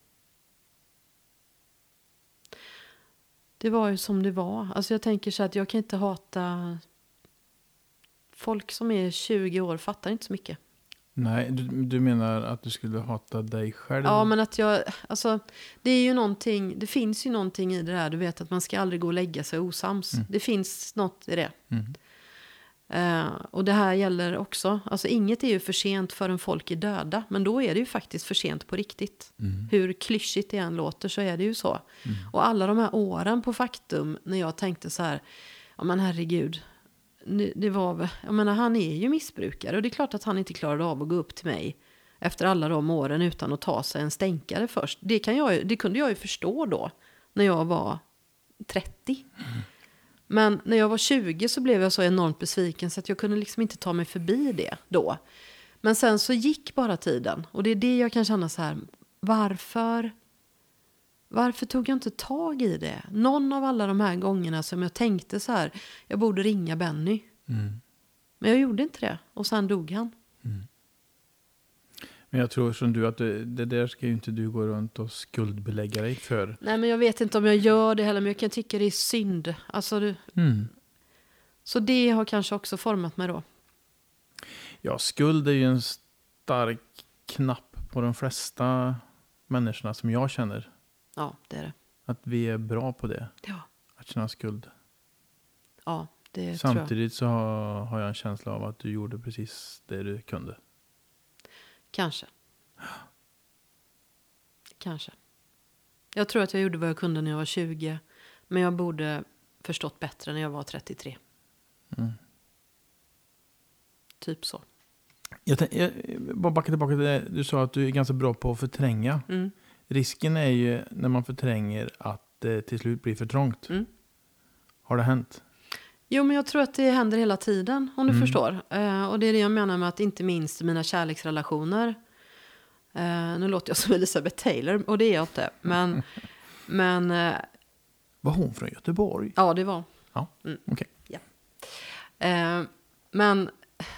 Det var ju som det var. Alltså jag tänker så att jag kan inte hata... Folk som är tjugo år fattar inte så mycket. Nej, du, du menar att du skulle hata dig själv? Ja, men att jag... Alltså, det är ju någonting... Det finns ju någonting i det där. Du vet att man ska aldrig gå och lägga sig osams. Mm. Det finns något i det. Mm. Uh, och det här gäller också... Alltså inget är ju för sent förrän folk är döda. Men då är det ju faktiskt för sent på riktigt. Mm. Hur klyschigt det än låter så är det ju så. Mm. Och alla de här åren på Faktum när jag tänkte så här... Ja men herregud... Det var, jag menar, han är ju missbrukare och det är klart att han inte klarade av att gå upp till mig efter alla de åren utan att ta sig en stänkare först. Det, kan jag, det kunde jag ju förstå då när jag var trettio. Mm. Men när jag var tjugo så blev jag så enormt besviken så att jag kunde liksom inte ta mig förbi det då. Men sen så gick bara tiden och det är det jag kan känna så här, varför... Varför tog jag inte tag i det? Någon av alla de här gångerna som jag tänkte så här, jag borde ringa Benny. Mm. Men jag gjorde inte det. Och sen dog han. Mm. Men jag tror som du att det, det där ska ju inte du gå runt och skuldbelägga dig för. Nej, men jag vet inte om jag gör det heller. Men jag kan tycka det är synd. Alltså, du... mm. Så det har kanske också format mig då. Ja, skuld är ju en stark knapp på de flesta människorna som jag känner. Ja, det är det. Att vi är bra på det. Ja. Att känna skuld. Ja, det Samtidigt tror jag. så har, har jag en känsla av att du gjorde precis det du kunde. Kanske. Kanske. Jag tror att jag gjorde vad jag kunde när jag var tjugo. Men jag borde förstått bättre när jag var trettiotre. Mm. Typ så. Jag, tänk, jag bara backa tillbaka till det. Du sa att du är ganska bra på att förtränga. Mm. Risken är ju när man förtränger att det till slut blir för trångt. Mm. Har det hänt? Jo, men jag tror att det händer hela tiden, om du mm. förstår. Uh, och det är det jag menar med att inte minst i mina kärleksrelationer. Uh, nu låter jag som Elizabeth Taylor, och det är jag inte. Men... men uh, var hon från Göteborg? Ja, det var. Ja, mm. okej. Okay. Ja. Uh, men...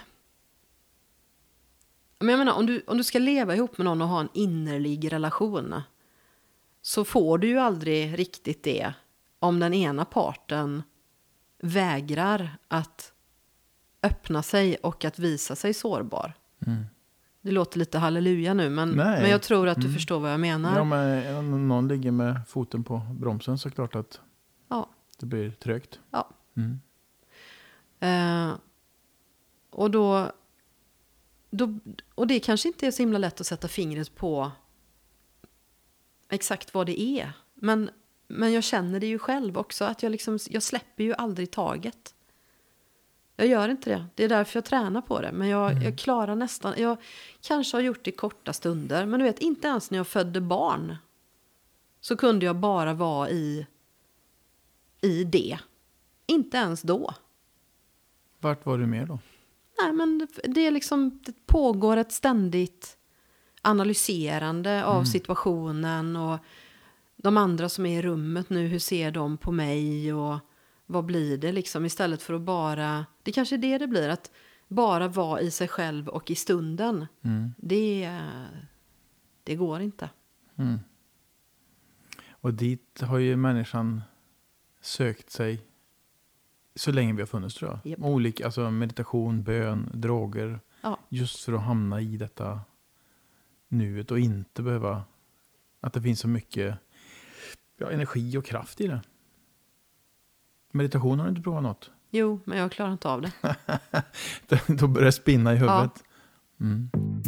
Men jag menar, om du, om du ska leva ihop med någon och ha en innerlig relation så får du ju aldrig riktigt det om den ena parten vägrar att öppna sig och att visa sig sårbar. Mm. Det låter lite halleluja nu, men, men jag tror att du mm. förstår vad jag menar. Ja, men om någon ligger med foten på bromsen så är det klart att ja. det blir trögt. Ja. Mm. Uh, och då... Då, och det kanske inte är så himla lätt att sätta fingret på exakt vad det är. Men, men jag känner det ju själv också. Att jag, liksom, jag släpper ju aldrig taget. Jag gör inte det. Det är därför jag tränar på det. Men jag, mm. jag klarar nästan... Jag kanske har gjort det i korta stunder. Men du vet, inte ens när jag födde barn så kunde jag bara vara i, i det. Inte ens då. Vart var du med då? Nej, men det är liksom, det pågår ett ständigt analyserande av mm. situationen och de andra som är i rummet nu, hur ser de på mig och vad blir det liksom, istället för att bara, det kanske är det det blir, att bara vara i sig själv och i stunden. Mm. Det, det går inte. Mm. Och dit har ju människan sökt sig så länge vi har funnits, tror jag. Yep. Olika, alltså meditation, bön, droger. Ja. Just för att hamna i detta nuet och inte behöva, att det finns så mycket ja, energi och kraft i det. Meditation, har du inte provat något? Jo, men jag klarar inte av det. Då börjar det spinna i huvudet. Ja. Mm.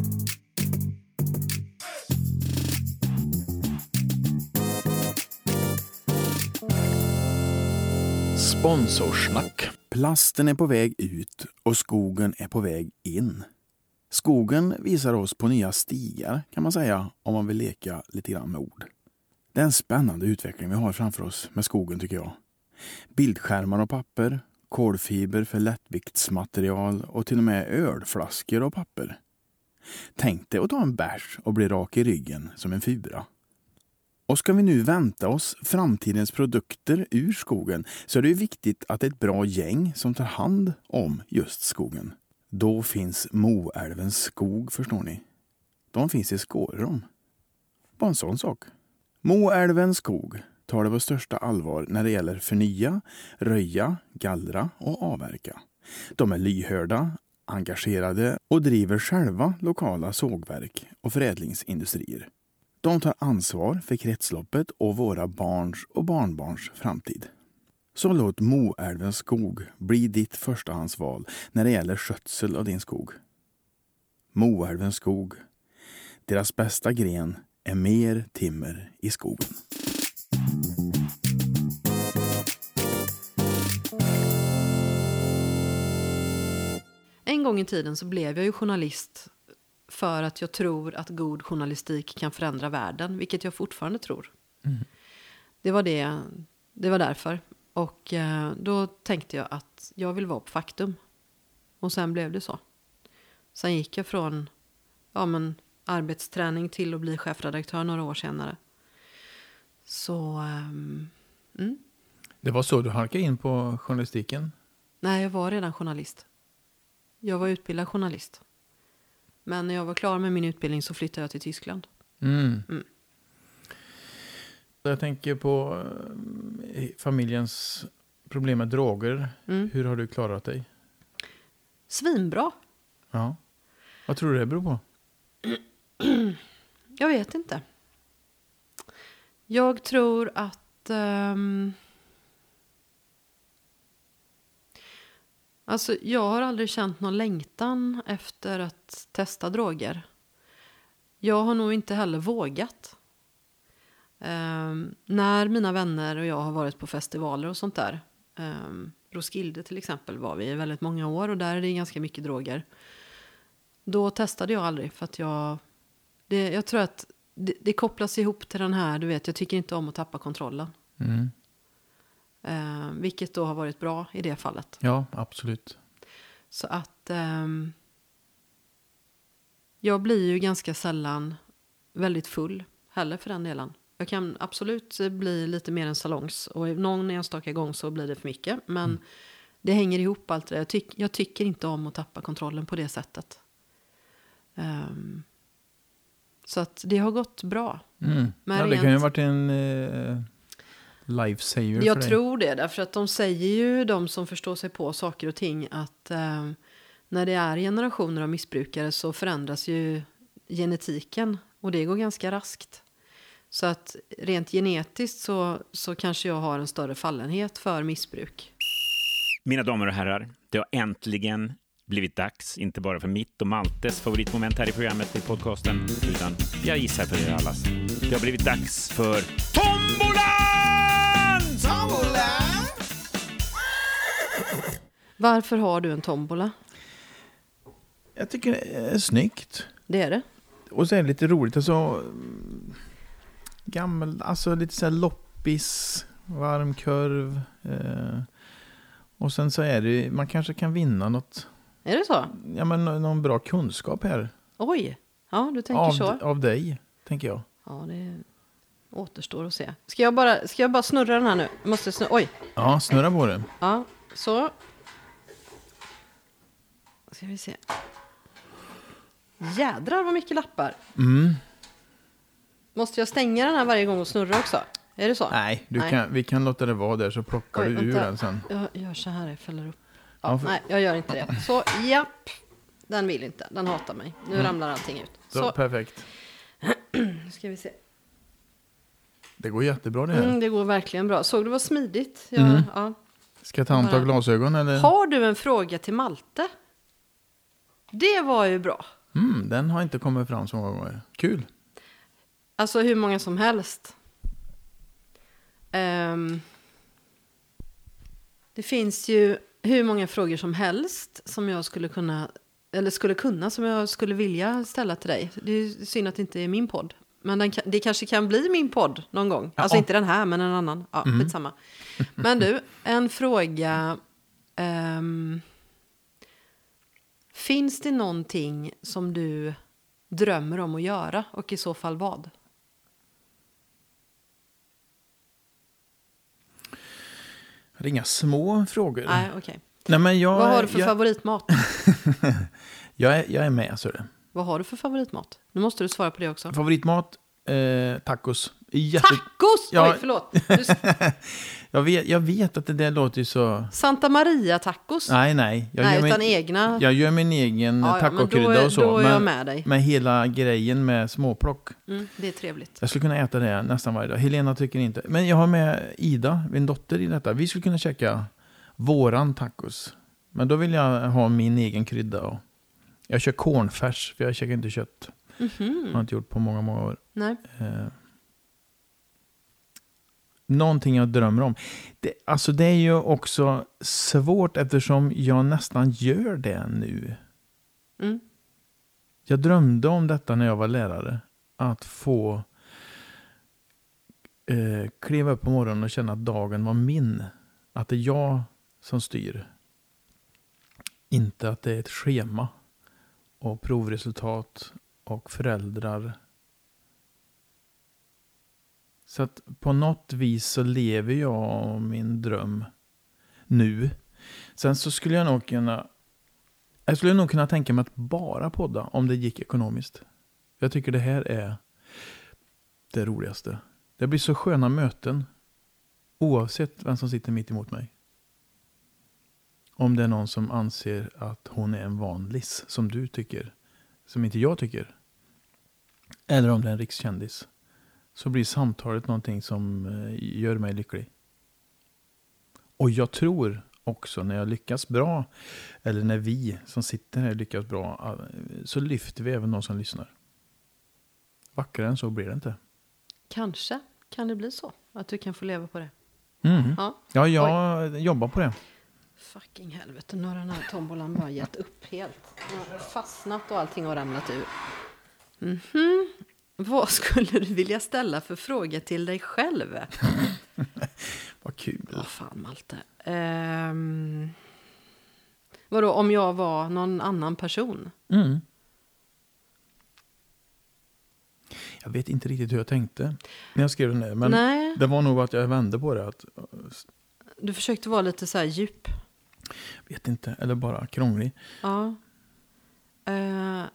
Sponsorsnack. Plasten är på väg ut och skogen är på väg in. Skogen visar oss på nya stigar, kan man säga, om man vill leka lite grann med ord. Det är en spännande utveckling vi har framför oss med skogen, tycker jag. Bildskärmar och papper, kolfiber för lättviktsmaterial och till och med ölflaskor och papper. Tänk dig att ta en bärs och bli rak i ryggen som en fura. Och ska vi nu vänta oss framtidens produkter ur skogen så är det ju viktigt att ett bra gäng som tar hand om just skogen. Då finns Moälvens skog, förstår ni. De finns i Skårom. Bara en sån sak. Moälvens skog tar det på största allvar när det gäller förnya, röja, gallra och avverka. De är lyhörda, engagerade och driver själva lokala sågverk och förädlingsindustrier. De tar ansvar för kretsloppet och våra barns och barnbarns framtid. Så låt Moälvens skog bli ditt förstahandsval när det gäller skötsel av din skog. Moälvens skog. Deras bästa gren är mer timmer i skogen. En gång i tiden så blev jag ju journalist för att jag tror att god journalistik kan förändra världen, vilket jag fortfarande tror. Mm. Det var det, det var därför. Och eh, då tänkte jag att jag vill vara på Faktum. Och sen blev det så. Sen gick jag från ja, men, arbetsträning till att bli chefredaktör några år senare. Så, um, mm. Det var så du halkade in på journalistiken? Nej, jag var redan journalist. Jag var utbildad journalist. Men när jag var klar med min utbildning så flyttade jag till Tyskland. Mm. Mm. Jag tänker på familjens problem med droger. Mm. Hur har du klarat dig? Svinbra. Ja. Vad tror du det beror på? Jag vet inte. Jag tror att... Um, alltså, jag har aldrig känt någon längtan efter att testa droger. Jag har nog inte heller vågat. Um, när mina vänner och jag har varit på festivaler och sånt där. Um, Roskilde till exempel var vi i väldigt många år. Och där är det ganska mycket droger. Då testade jag aldrig för att jag... Det, jag tror att det, det kopplas ihop till den här, du vet, jag tycker inte om att tappa kontrollen. Mm. Eh, vilket då har varit bra i det fallet. Ja, absolut. Så att eh, jag blir ju ganska sällan väldigt full heller för den delen. Jag kan absolut bli lite mer än salongs och någon enstaka gång så blir det för mycket. Men mm. det hänger ihop allt det där. Jag, tyck, jag tycker inte om att tappa kontrollen på det sättet. Um, så att det har gått bra. Mm. Ja, det rent, kan ju ha varit en eh, lifesaver för jag dig. tror det, därför att de säger ju, de som förstår sig på saker och ting, att eh, när det är generationer av missbrukare så förändras ju genetiken och det går ganska raskt. Så att rent genetiskt så, så kanske jag har en större fallenhet för missbruk. Mina damer och herrar, det har äntligen blivit dags, inte bara för mitt och Maltes favoritmoment här i programmet i podcasten, utan jag gissar för er allas. Det har blivit dags för Tombolan! Tombolan! Varför har du en tombola? Jag tycker det är snyggt. Det är det. Och så är det lite roligt. Alltså, gammel, alltså lite så här loppis, varm kurv. Eh, och sen så är det, man kanske kan vinna något. Är det så? Ja, men någon bra kunskap här. Oj, ja du tänker av, så. Av dig, tänker jag. Ja, det återstår att se. Ska jag bara, ska jag bara snurra den här nu? Jag måste snurra, oj. Ja, snurra på det. Ja, så. Ska vi se. Jädrar vad mycket lappar. Mm. Måste jag stänga den här varje gång och snurra också? Är det så? Nej, du nej. Kan, vi kan låta det vara där så plockar oj, du ur den sen. Jag gör så här, jag fäller upp. Ja, ja, för... Nej, jag gör inte det. Så, japp. Den vill inte. Den hatar mig. Nu mm. ramlar allting ut. Så, så. Perfekt. Nu ska vi se. Det går jättebra det här. Mm, det går verkligen bra. Såg du vad smidigt? Jag, mm. ja. Ska jag ta en tag glasögon eller? Har du en fråga till Malte? Det var ju bra. Mm, den har inte kommit fram så många gånger. Kul. Alltså hur många som helst. Um, det finns ju hur många frågor som helst som jag skulle kunna, eller skulle kunna, som jag skulle vilja ställa till dig. Det är synd att det inte är min podd. Men den, det kanske kan bli min podd någon gång. Ja. Alltså inte den här, men en annan. Ja, mm. skitsamma. Men du, en fråga. Um, finns det någonting som du drömmer om att göra? Och i så fall vad? Det är inga små frågor. Nej, okej. Okay. Nej, men jag, Vad har du för jag, favoritmat? jag, är, jag är med, så är det. Vad har du för favoritmat? Nu måste du svara på det också. Favoritmat? Eh, tacos. Jätte... Tacos! Ja. Oj, förlåt. Du... jag, vet, jag vet att det där låter ju så... Santa Maria tacos? Nej, nej. Jag nej, gör utan min... egna... Jag gör min egen ja, tacokrydda och så. Då är men, jag med dig. med hela grejen med småplock. Mm, det är trevligt. Jag skulle kunna äta det nästan varje dag. Helena tycker inte. Men jag har med Ida, min dotter, i detta. Vi skulle kunna käka våran tacos. Men då vill jag ha min egen krydda. Och jag kör cornfärs, för jag käkar inte kött. Mm-hmm. Jag har inte gjort på många, många år. Nej. Eh, någonting jag drömmer om. Det, alltså det är ju också svårt eftersom jag nästan gör det nu. Mm. Jag drömde om detta när jag var lärare. Att få eh, kliva upp på morgonen och känna att dagen var min. Att det är jag som styr. Inte att det är ett schema. Och provresultat. Och föräldrar. Så att på något vis så lever jag min dröm nu. Sen så skulle jag nog kunna... Jag skulle nog kunna tänka mig att bara podda om det gick ekonomiskt. Jag tycker det här är det roligaste. Det blir så sköna möten. Oavsett vem som sitter mitt emot mig. Om det är någon som anser att hon är en vanlis som du tycker. Som inte jag tycker. Eller om det är en rikskändis. Så blir samtalet någonting som gör mig lycklig. Och jag tror också när jag lyckas bra, eller när vi som sitter här lyckas bra, så lyfter vi även de som lyssnar. Vackrare än så blir det inte. Kanske kan det bli så, att du kan få leva på det. Mm. Ja, ja, jag Oj. jobbar på det. Fucking helvete, nu har den här tombolan bara gett upp helt. Den har fastnat och allting har ramlat ur. Mhm. Vad skulle du vilja ställa för fråga till dig själv? Vad kul. Vad fan, Malte. Um, vadå, om jag var någon annan person? Mm. Jag vet inte riktigt hur jag tänkte när jag skrev den där. Men Nej. Det var nog att jag vände på det. Att, du försökte vara lite så här djup. Vet inte, eller bara krånglig. Ja. Uh,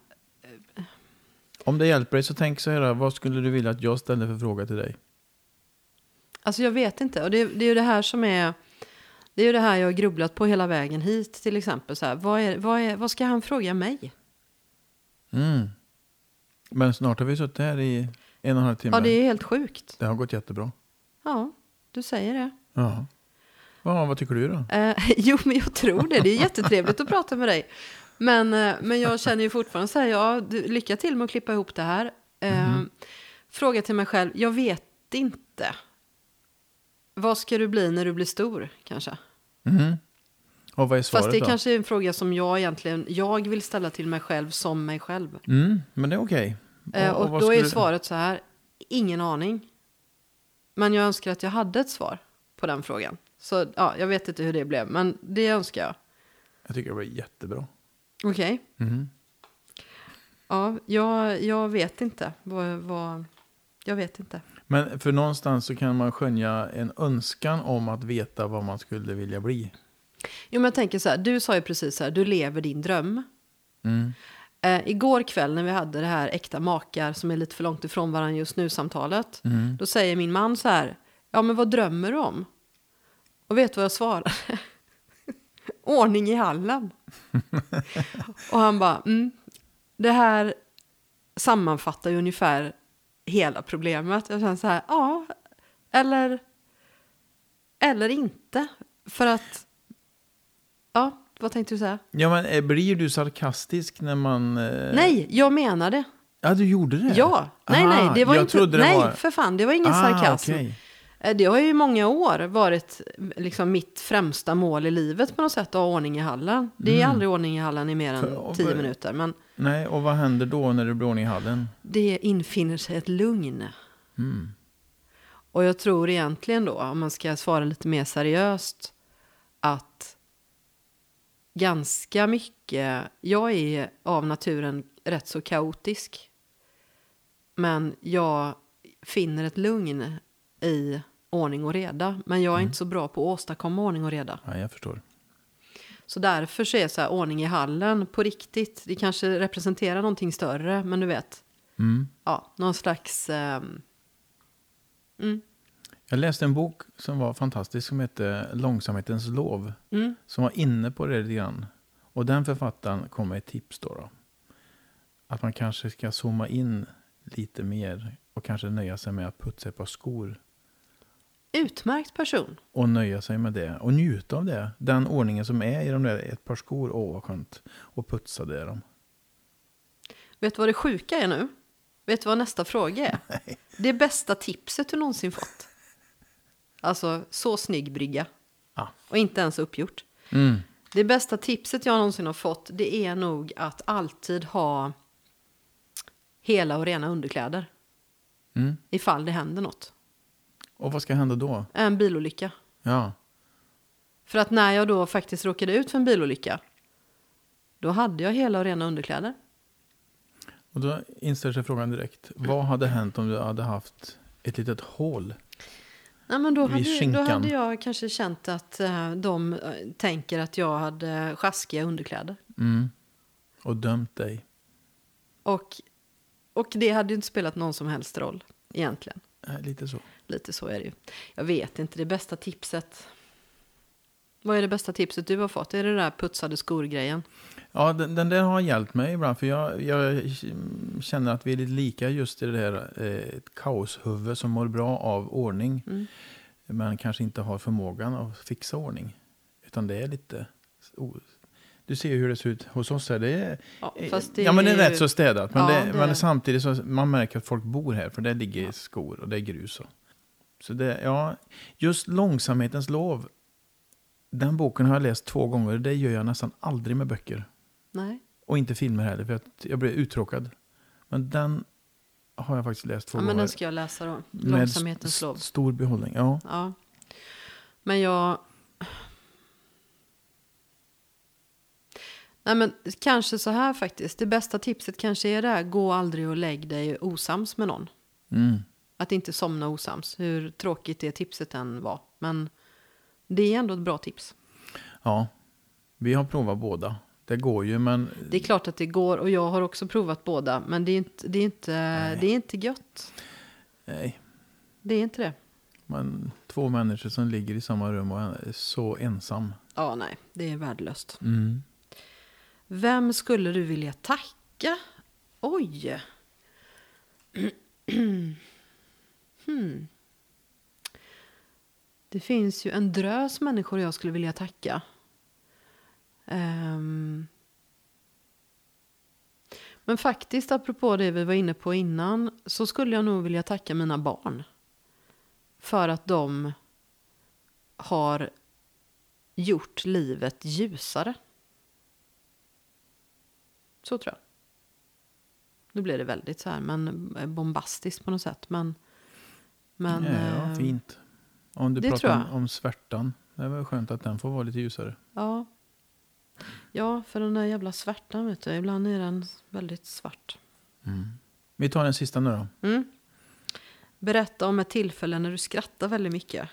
Om det hjälper dig så tänk så här, vad skulle du vilja att jag ställde för fråga till dig? Alltså jag vet inte. Och det, det är ju det här som är... Det är ju det här jag har grubblat på hela vägen hit till exempel. Så här, vad, är, vad, är, vad ska han fråga mig? Mm. Men snart har vi suttit här i en och en halv timme. Ja, det är helt sjukt. Det har gått jättebra. Ja, du säger det. Ja. Ja, vad tycker du då? Eh, jo, men jag tror det. Det är jättetrevligt att prata med dig. Men, eh, men jag känner ju fortfarande så här, ja, du, lycka till med att klippa ihop det här. Eh, mm. Fråga till mig själv, jag vet inte. Vad ska du bli när du blir stor, kanske? Mm. Och vad är svaret Fast det är då? kanske en fråga som jag egentligen, jag vill ställa till mig själv som mig själv. Mm, men det är okej. Okay. Eh, och, och då är du... svaret så här, ingen aning. Men jag önskar att jag hade ett svar på den frågan. Så ja, jag vet inte hur det blev, men det önskar jag. Jag tycker det var jättebra. Okej. Okay. Mm. Ja, jag, jag vet inte. Vad, vad, jag vet inte. Men för någonstans så kan man skönja en önskan om att veta vad man skulle vilja bli. Jo, men jag tänker så här, du sa ju precis så här, du lever din dröm. Mm. Eh, igår kväll när vi hade det här äkta makar som är lite för långt ifrån varandra just nu samtalet. Mm. Då säger min man så här, ja men vad drömmer du om? Och vet du vad jag svarar? Ordning i hallen. Och han bara, mm, det här sammanfattar ju ungefär hela problemet. Jag känner så här, ja, eller, eller inte. För att, ja, vad tänkte du säga? Ja, men blir du sarkastisk när man... Eh... Nej, jag menar det. Ja, du gjorde det? Ja, nej, Aha, nej, det var jag inte, trodde det nej, var... för fan, det var ingen ah, sarkasm. Okay. Det har ju i många år varit liksom mitt främsta mål i livet på något sätt att ha ordning i hallen. Det är mm. aldrig ordning i hallen i mer än för, tio minuter. Men nej, och vad händer då när det blir ordning i hallen? Det infinner sig ett lugn. Mm. Och jag tror egentligen då, om man ska svara lite mer seriöst, att ganska mycket, jag är av naturen rätt så kaotisk. Men jag finner ett lugn i ordning och reda. Men jag är Mm. inte så bra på att åstadkomma ordning och reda. Ja, jag förstår. Så därför så är så här, ordning i hallen på riktigt. Det kanske representerar någonting större. Men du vet, Mm. ja, någon slags... ehm, mm, Jag läste en bok som var fantastisk som hette Långsamhetens lov. mm, Som var inne på det lite grann. Och den författaren kom med ett tips då, då. Att man kanske ska zooma in lite mer. Och kanske nöja sig med att putsa ett par skor. utmärkt person. Och nöja sig med det. Och njuta av det. Den ordningen som är i de där ett par skor. Åh, vad skönt. Och putsa det dem. Vet du vad det sjuka är nu? Vet du vad nästa fråga är? Nej. Det bästa tipset du någonsin fått. Alltså, så snygg brygga. Ja. Och inte ens uppgjort. Mm. Det bästa tipset jag någonsin har fått, det är nog att alltid ha hela och rena underkläder. Mm. Ifall det händer något. Och vad ska hända då? En bilolycka. Ja. För att när jag då faktiskt råkade ut för en bilolycka, då hade jag hela och rena underkläder. Och då inställer sig frågan direkt. Vad hade hänt om du hade haft ett litet hål? Nej, men då, Vid hade, då skinkan. hade jag kanske känt att eh, de eh, tänker att jag hade sjaskiga underkläder. Mm. Och dömt dig. Och, och det hade ju inte spelat någon som helst roll egentligen. Äh, lite så. Lite så är det ju. Jag vet inte, det bästa tipset. Vad är det bästa tipset du har fått? Är det där putsade skor-grejen? Ja, den, den där har hjälpt mig ibland. För jag, jag känner att vi är lite lika just i det där eh, ett kaoshuvud som mår bra av ordning. Mm. Men kanske inte har förmågan att fixa ordning. Utan det är lite... Oh, du ser ju hur det ser ut hos oss här. Det är, Ja, fast det ja, men det är är rätt så städat. Men, Ja, det, det- men samtidigt så man märker att folk bor här. För det ligger skor och det är grus. Och. Så det, ja, just Långsamhetens lov. Den boken har jag läst två gånger. Det gör jag nästan aldrig med böcker. Nej. Och inte filmer heller, för att jag blir uttråkad. Men den har jag faktiskt läst två Ja, men gånger. den ska jag läsa då. Med Långsamhetens st- lov. stor behållning, ja. Ja. Men jag... Nej, men kanske så här faktiskt. Det bästa tipset kanske är det här. Gå aldrig och lägg dig osams med någon. Mm. Att inte somna osams. Hur tråkigt det tipset än var. Men det är ändå ett bra tips. Ja, vi har provat båda. Det går ju, men... Det är klart att det går. Och jag har också provat båda. Men det är inte, det är inte, det är inte gött. Nej, Det är inte det. men två människor som ligger i samma rum och är så ensam. Ja, nej. Det är värdelöst. Mm. Vem skulle du vilja tacka? Oj. hmm. Det finns ju en drös människor jag skulle vilja tacka. Um. Men faktiskt, apropå det vi var inne på innan, så skulle jag nog vilja tacka mina barn. För att de har gjort livet ljusare. Så tror jag. Nu blir det väldigt så här, men bombastiskt på något sätt. Men, men, Ja, eh, fint. Om du det tror pratar jag. om, om svärtan. Det är väl skönt att den får vara lite ljusare. Ja. Ja, för den där jävla svärtan, vet du. Ibland är den väldigt svart. Mm. Vi tar den sista nu då. Mm. Berätta om ett tillfälle när du skrattar väldigt mycket.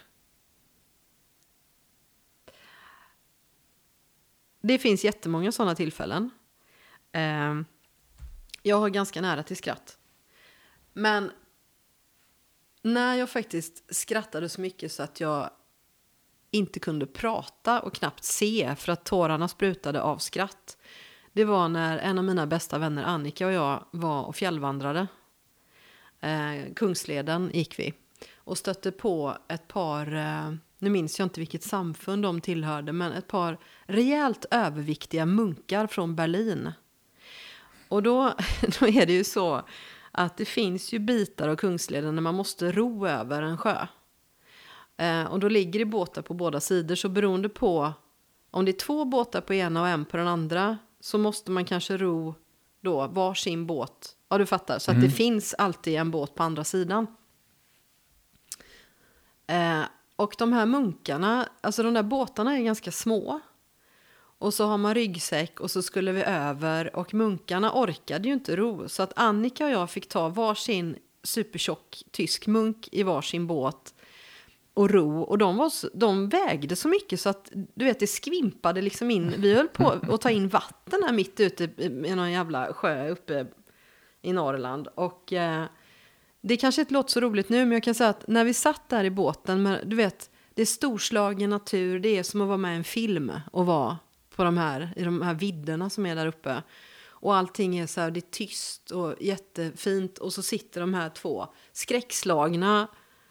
Det finns jättemånga sådana tillfällen. Eh, jag har ganska nära till skratt. Men när jag faktiskt skrattade så mycket så att jag inte kunde prata och knappt se för att tårarna sprutade av skratt. Det var när en av mina bästa vänner, Annika och jag, var och fjällvandrade. Eh, Kungsleden gick vi. Och stötte på ett par, eh, nu minns jag inte vilket samfund de tillhörde, men ett par rejält överviktiga munkar från Berlin. Och då, då är det ju så att det finns ju bitar av Kungsleden när man måste ro över en sjö. Eh, och då ligger det båtar på båda sidor, så beroende på om det är två båtar på ena och en på den andra, så måste man kanske ro då varsin båt. Ja, du fattar. Så Mm. att det finns alltid en båt på andra sidan. Eh, och de här munkarna, alltså de där båtarna är ganska små. Och så har man ryggsäck och så skulle vi över. Och munkarna orkade ju inte ro. Så att Annika och jag fick ta varsin supertjock tysk munk i varsin båt. och ro. Och de, var så, de vägde så mycket så att du vet, det skvimpade liksom in. Vi höll på att ta in vatten här mitt ute i någon jävla sjö uppe i Norrland. Och eh, det kanske inte låter så roligt nu, men jag kan säga att när vi satt där i båten, med, du vet, det är storslagen natur, det är som att vara med i en film och vara på de här, i de här vidderna som är där uppe. Och allting är så här, det är tyst och jättefint. Och så sitter de här två skräckslagna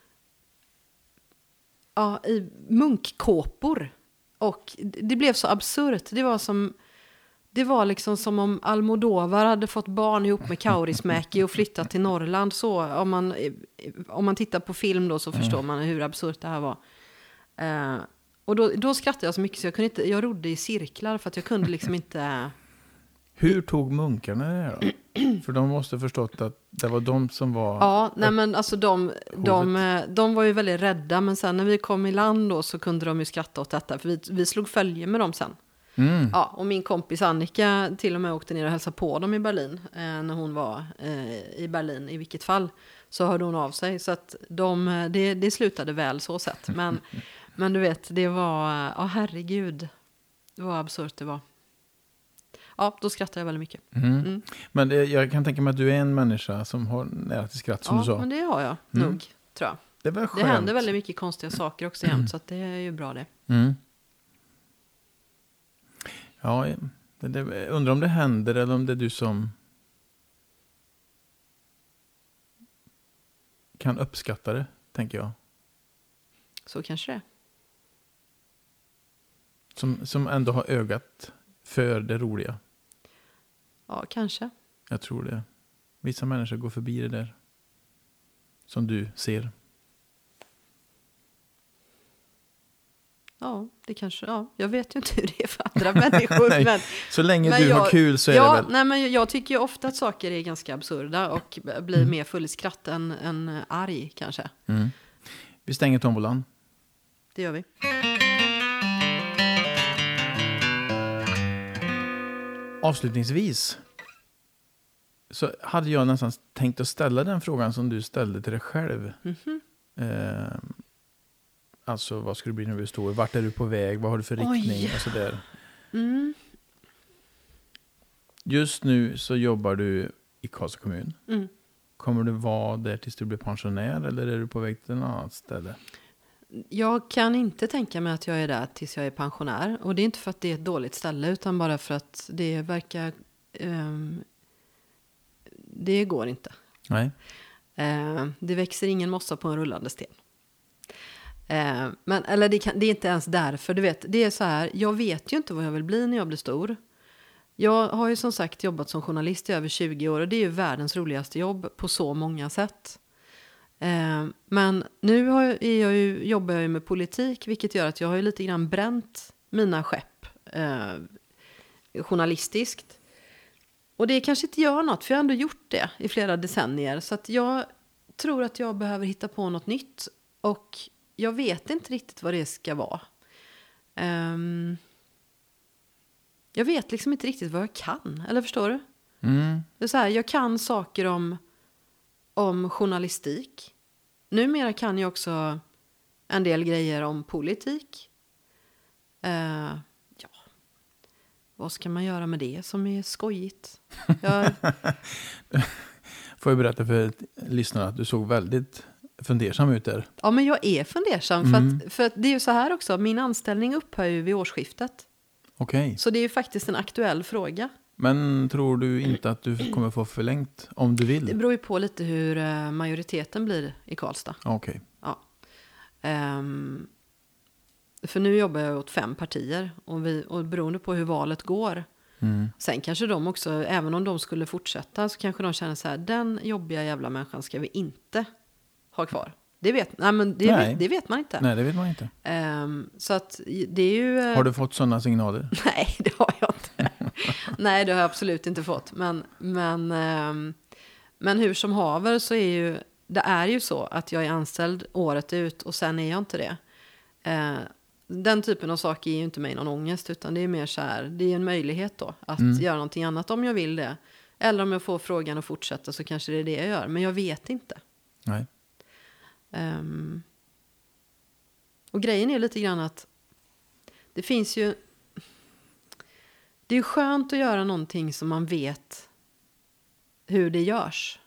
ja, i munkkåpor. Och det blev så absurt. Det var som det var liksom som om Almodovar hade fått barn ihop med Kaurismäki och flyttat till Norrland. Så om man, om man tittar på film då så förstår man hur absurt det här var. Uh, och då, då skrattade jag så mycket så jag kunde inte, jag rodde i cirklar för att jag kunde liksom inte. Hur tog munkarna det här då? För de måste förstått att det var de som var... Ja, nej men alltså de, de, de var ju väldigt rädda. Men sen när vi kom i land då så kunde de ju skratta åt detta. För vi, vi slog följe med dem sen. Mm. Ja, och min kompis Annika till och med åkte ner och hälsade på dem i Berlin. Eh, när hon var eh, i Berlin i vilket fall. Så hörde hon av sig. Så att de, det, det slutade väl så sett. Men, men du vet, det var... Ja, herregud. Det var absurt det var. Ja, då skrattar jag väldigt mycket. Mm. Mm. Men det, jag kan tänka mig att du är en människa som har nära till skratt, som ja, du sa. men det har jag Mm. nog, tror jag. Det var Det skönt. händer väldigt mycket konstiga saker också jämt, så att det är ju bra det. Mm. Ja, det, det, undrar om det händer eller om det är du som kan uppskatta det, tänker jag. Så kanske det. Som, som ändå har ögat för det roliga. Ja, kanske. Jag tror det. Vissa människor går förbi det där. Som du ser. Ja, det kanske, ja. Jag vet ju inte hur det är för andra människor. Nej, men, så länge men du jag, har kul så är ja, det väl. Nej, men jag tycker ju ofta att saker är ganska absurda och blir Mm. mer full i skratt än, än arg kanske. Mm. Vi stänger tombolan. Det gör vi. Avslutningsvis så hade jag nästan tänkt att ställa den frågan som du ställde till dig själv. Mm-hmm. Eh, alltså, vad ska det bli när vi står? Vart är du på väg? Vad har du för Oj. riktning? Och så där. Mm. Just nu så jobbar du i Karlstad kommun. Mm. Kommer du vara där tills du blir pensionär eller är du på väg till ett annat ställe? Jag kan inte tänka mig att jag är där tills jag är pensionär. Och det är inte för att det är ett dåligt ställe utan bara för att det verkar... Um, det går inte. Nej. Uh, det växer ingen mossa på en rullande sten. Uh, men, eller det, kan, det är inte ens därför. Du vet, det är så här, jag vet ju inte vad jag vill bli när jag blir stor. Jag har ju som sagt jobbat som journalist i över tjugo år och det är ju världens roligaste jobb på så många sätt. Eh, men nu har jag, är jag ju, jobbar jag ju med politik, vilket gör att jag har ju lite grann bränt mina skepp eh, journalistiskt. Och det kanske inte gör något, för jag har ändå gjort det i flera decennier. Så att jag tror att jag behöver hitta på något nytt. Och jag vet inte riktigt vad det ska vara. Um, jag vet liksom inte riktigt vad jag kan, eller förstår du? Mm. Det är så här, jag kan saker om, om journalistik. Numera kan jag också en del grejer om politik. Uh, ja, vad ska man göra med det som är skojigt? Jag... Får jag berätta för lyssnarna att du såg väldigt fundersam ut där. Ja, men jag är fundersam. Mm. För, att, för att det är ju så här också, min anställning upphör ju vid årsskiftet. Okej. Okay. Så det är ju faktiskt en aktuell fråga. Men tror du inte att du kommer få förlängt om du vill? Det beror ju på lite hur uh, majoriteten blir i Karlstad. Okej. Okay. Ja. Um, för nu jobbar jag åt fem partier. Och, vi, och beroende på hur valet går. Mm. Sen kanske de också, även om de skulle fortsätta, så kanske de känner så här, den jobbiga jävla människan ska vi inte ha kvar. Det vet, nej, men det, nej. Vet, det vet man inte. Nej, det vet man inte. Um, så att det är ju... Har du fått sådana signaler? Nej, det har jag inte. Nej, det har jag absolut inte fått. Men, men, um, men hur som haver så är ju... Det är ju så att jag är anställd året ut och sen är jag inte det. Uh, den typen av saker ger ju inte mig någon ångest, utan det är mer så här, det är en möjlighet då att mm. göra någonting annat om jag vill det. Eller om jag får frågan att fortsätta så kanske det är det jag gör. Men jag vet inte. Nej. Um, Och grejen är lite grann att det finns ju... Det är ju skönt att göra någonting som man vet hur det görs.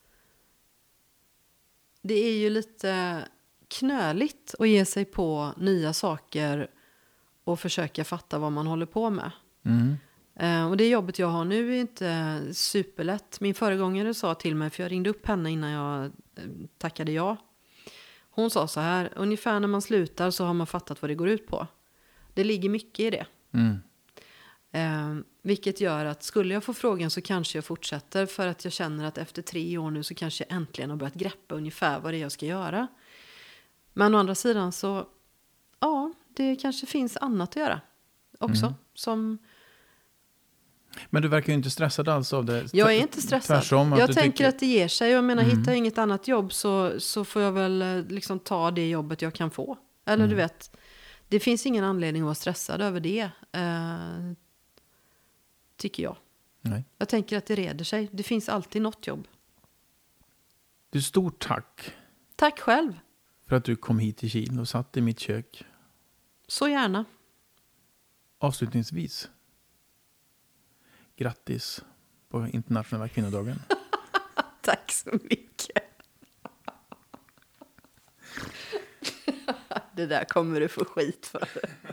Det är ju lite knöligt att ge sig på nya saker och försöka fatta vad man håller på med. Mm. Eh, och det jobbet jag har nu är inte superlätt. Min föregångare sa till mig, för jag ringde upp henne innan jag eh, tackade ja. Hon sa så här, ungefär när man slutar så har man fattat vad det går ut på. Det ligger mycket i det. Mm. Eh, vilket gör att skulle jag få frågan så kanske jag fortsätter, för att jag känner att efter tre år nu så kanske jag äntligen har börjat greppa ungefär vad det är jag ska göra. Men å andra sidan så, ja, det kanske finns annat att göra också. Mm. Som... Men du verkar ju inte stressad alls av det. Jag är inte stressad. Tvärsom, att jag du tänker tycker... att det ger sig. Jag menar, Mm. hittar jag inget annat jobb så, så får jag väl liksom ta det jobbet jag kan få. Eller Mm. du vet, det finns ingen anledning att vara stressad över det. Eh, tycker jag. Nej. Jag tänker att det reder sig. Det finns alltid något jobb. Du, stort tack Tack själv. för att du kom hit till Kil och satt i mitt kök. Så gärna. Avslutningsvis. Grattis på internationella kvinnodagen. Tack så mycket. Det där kommer du få skit för.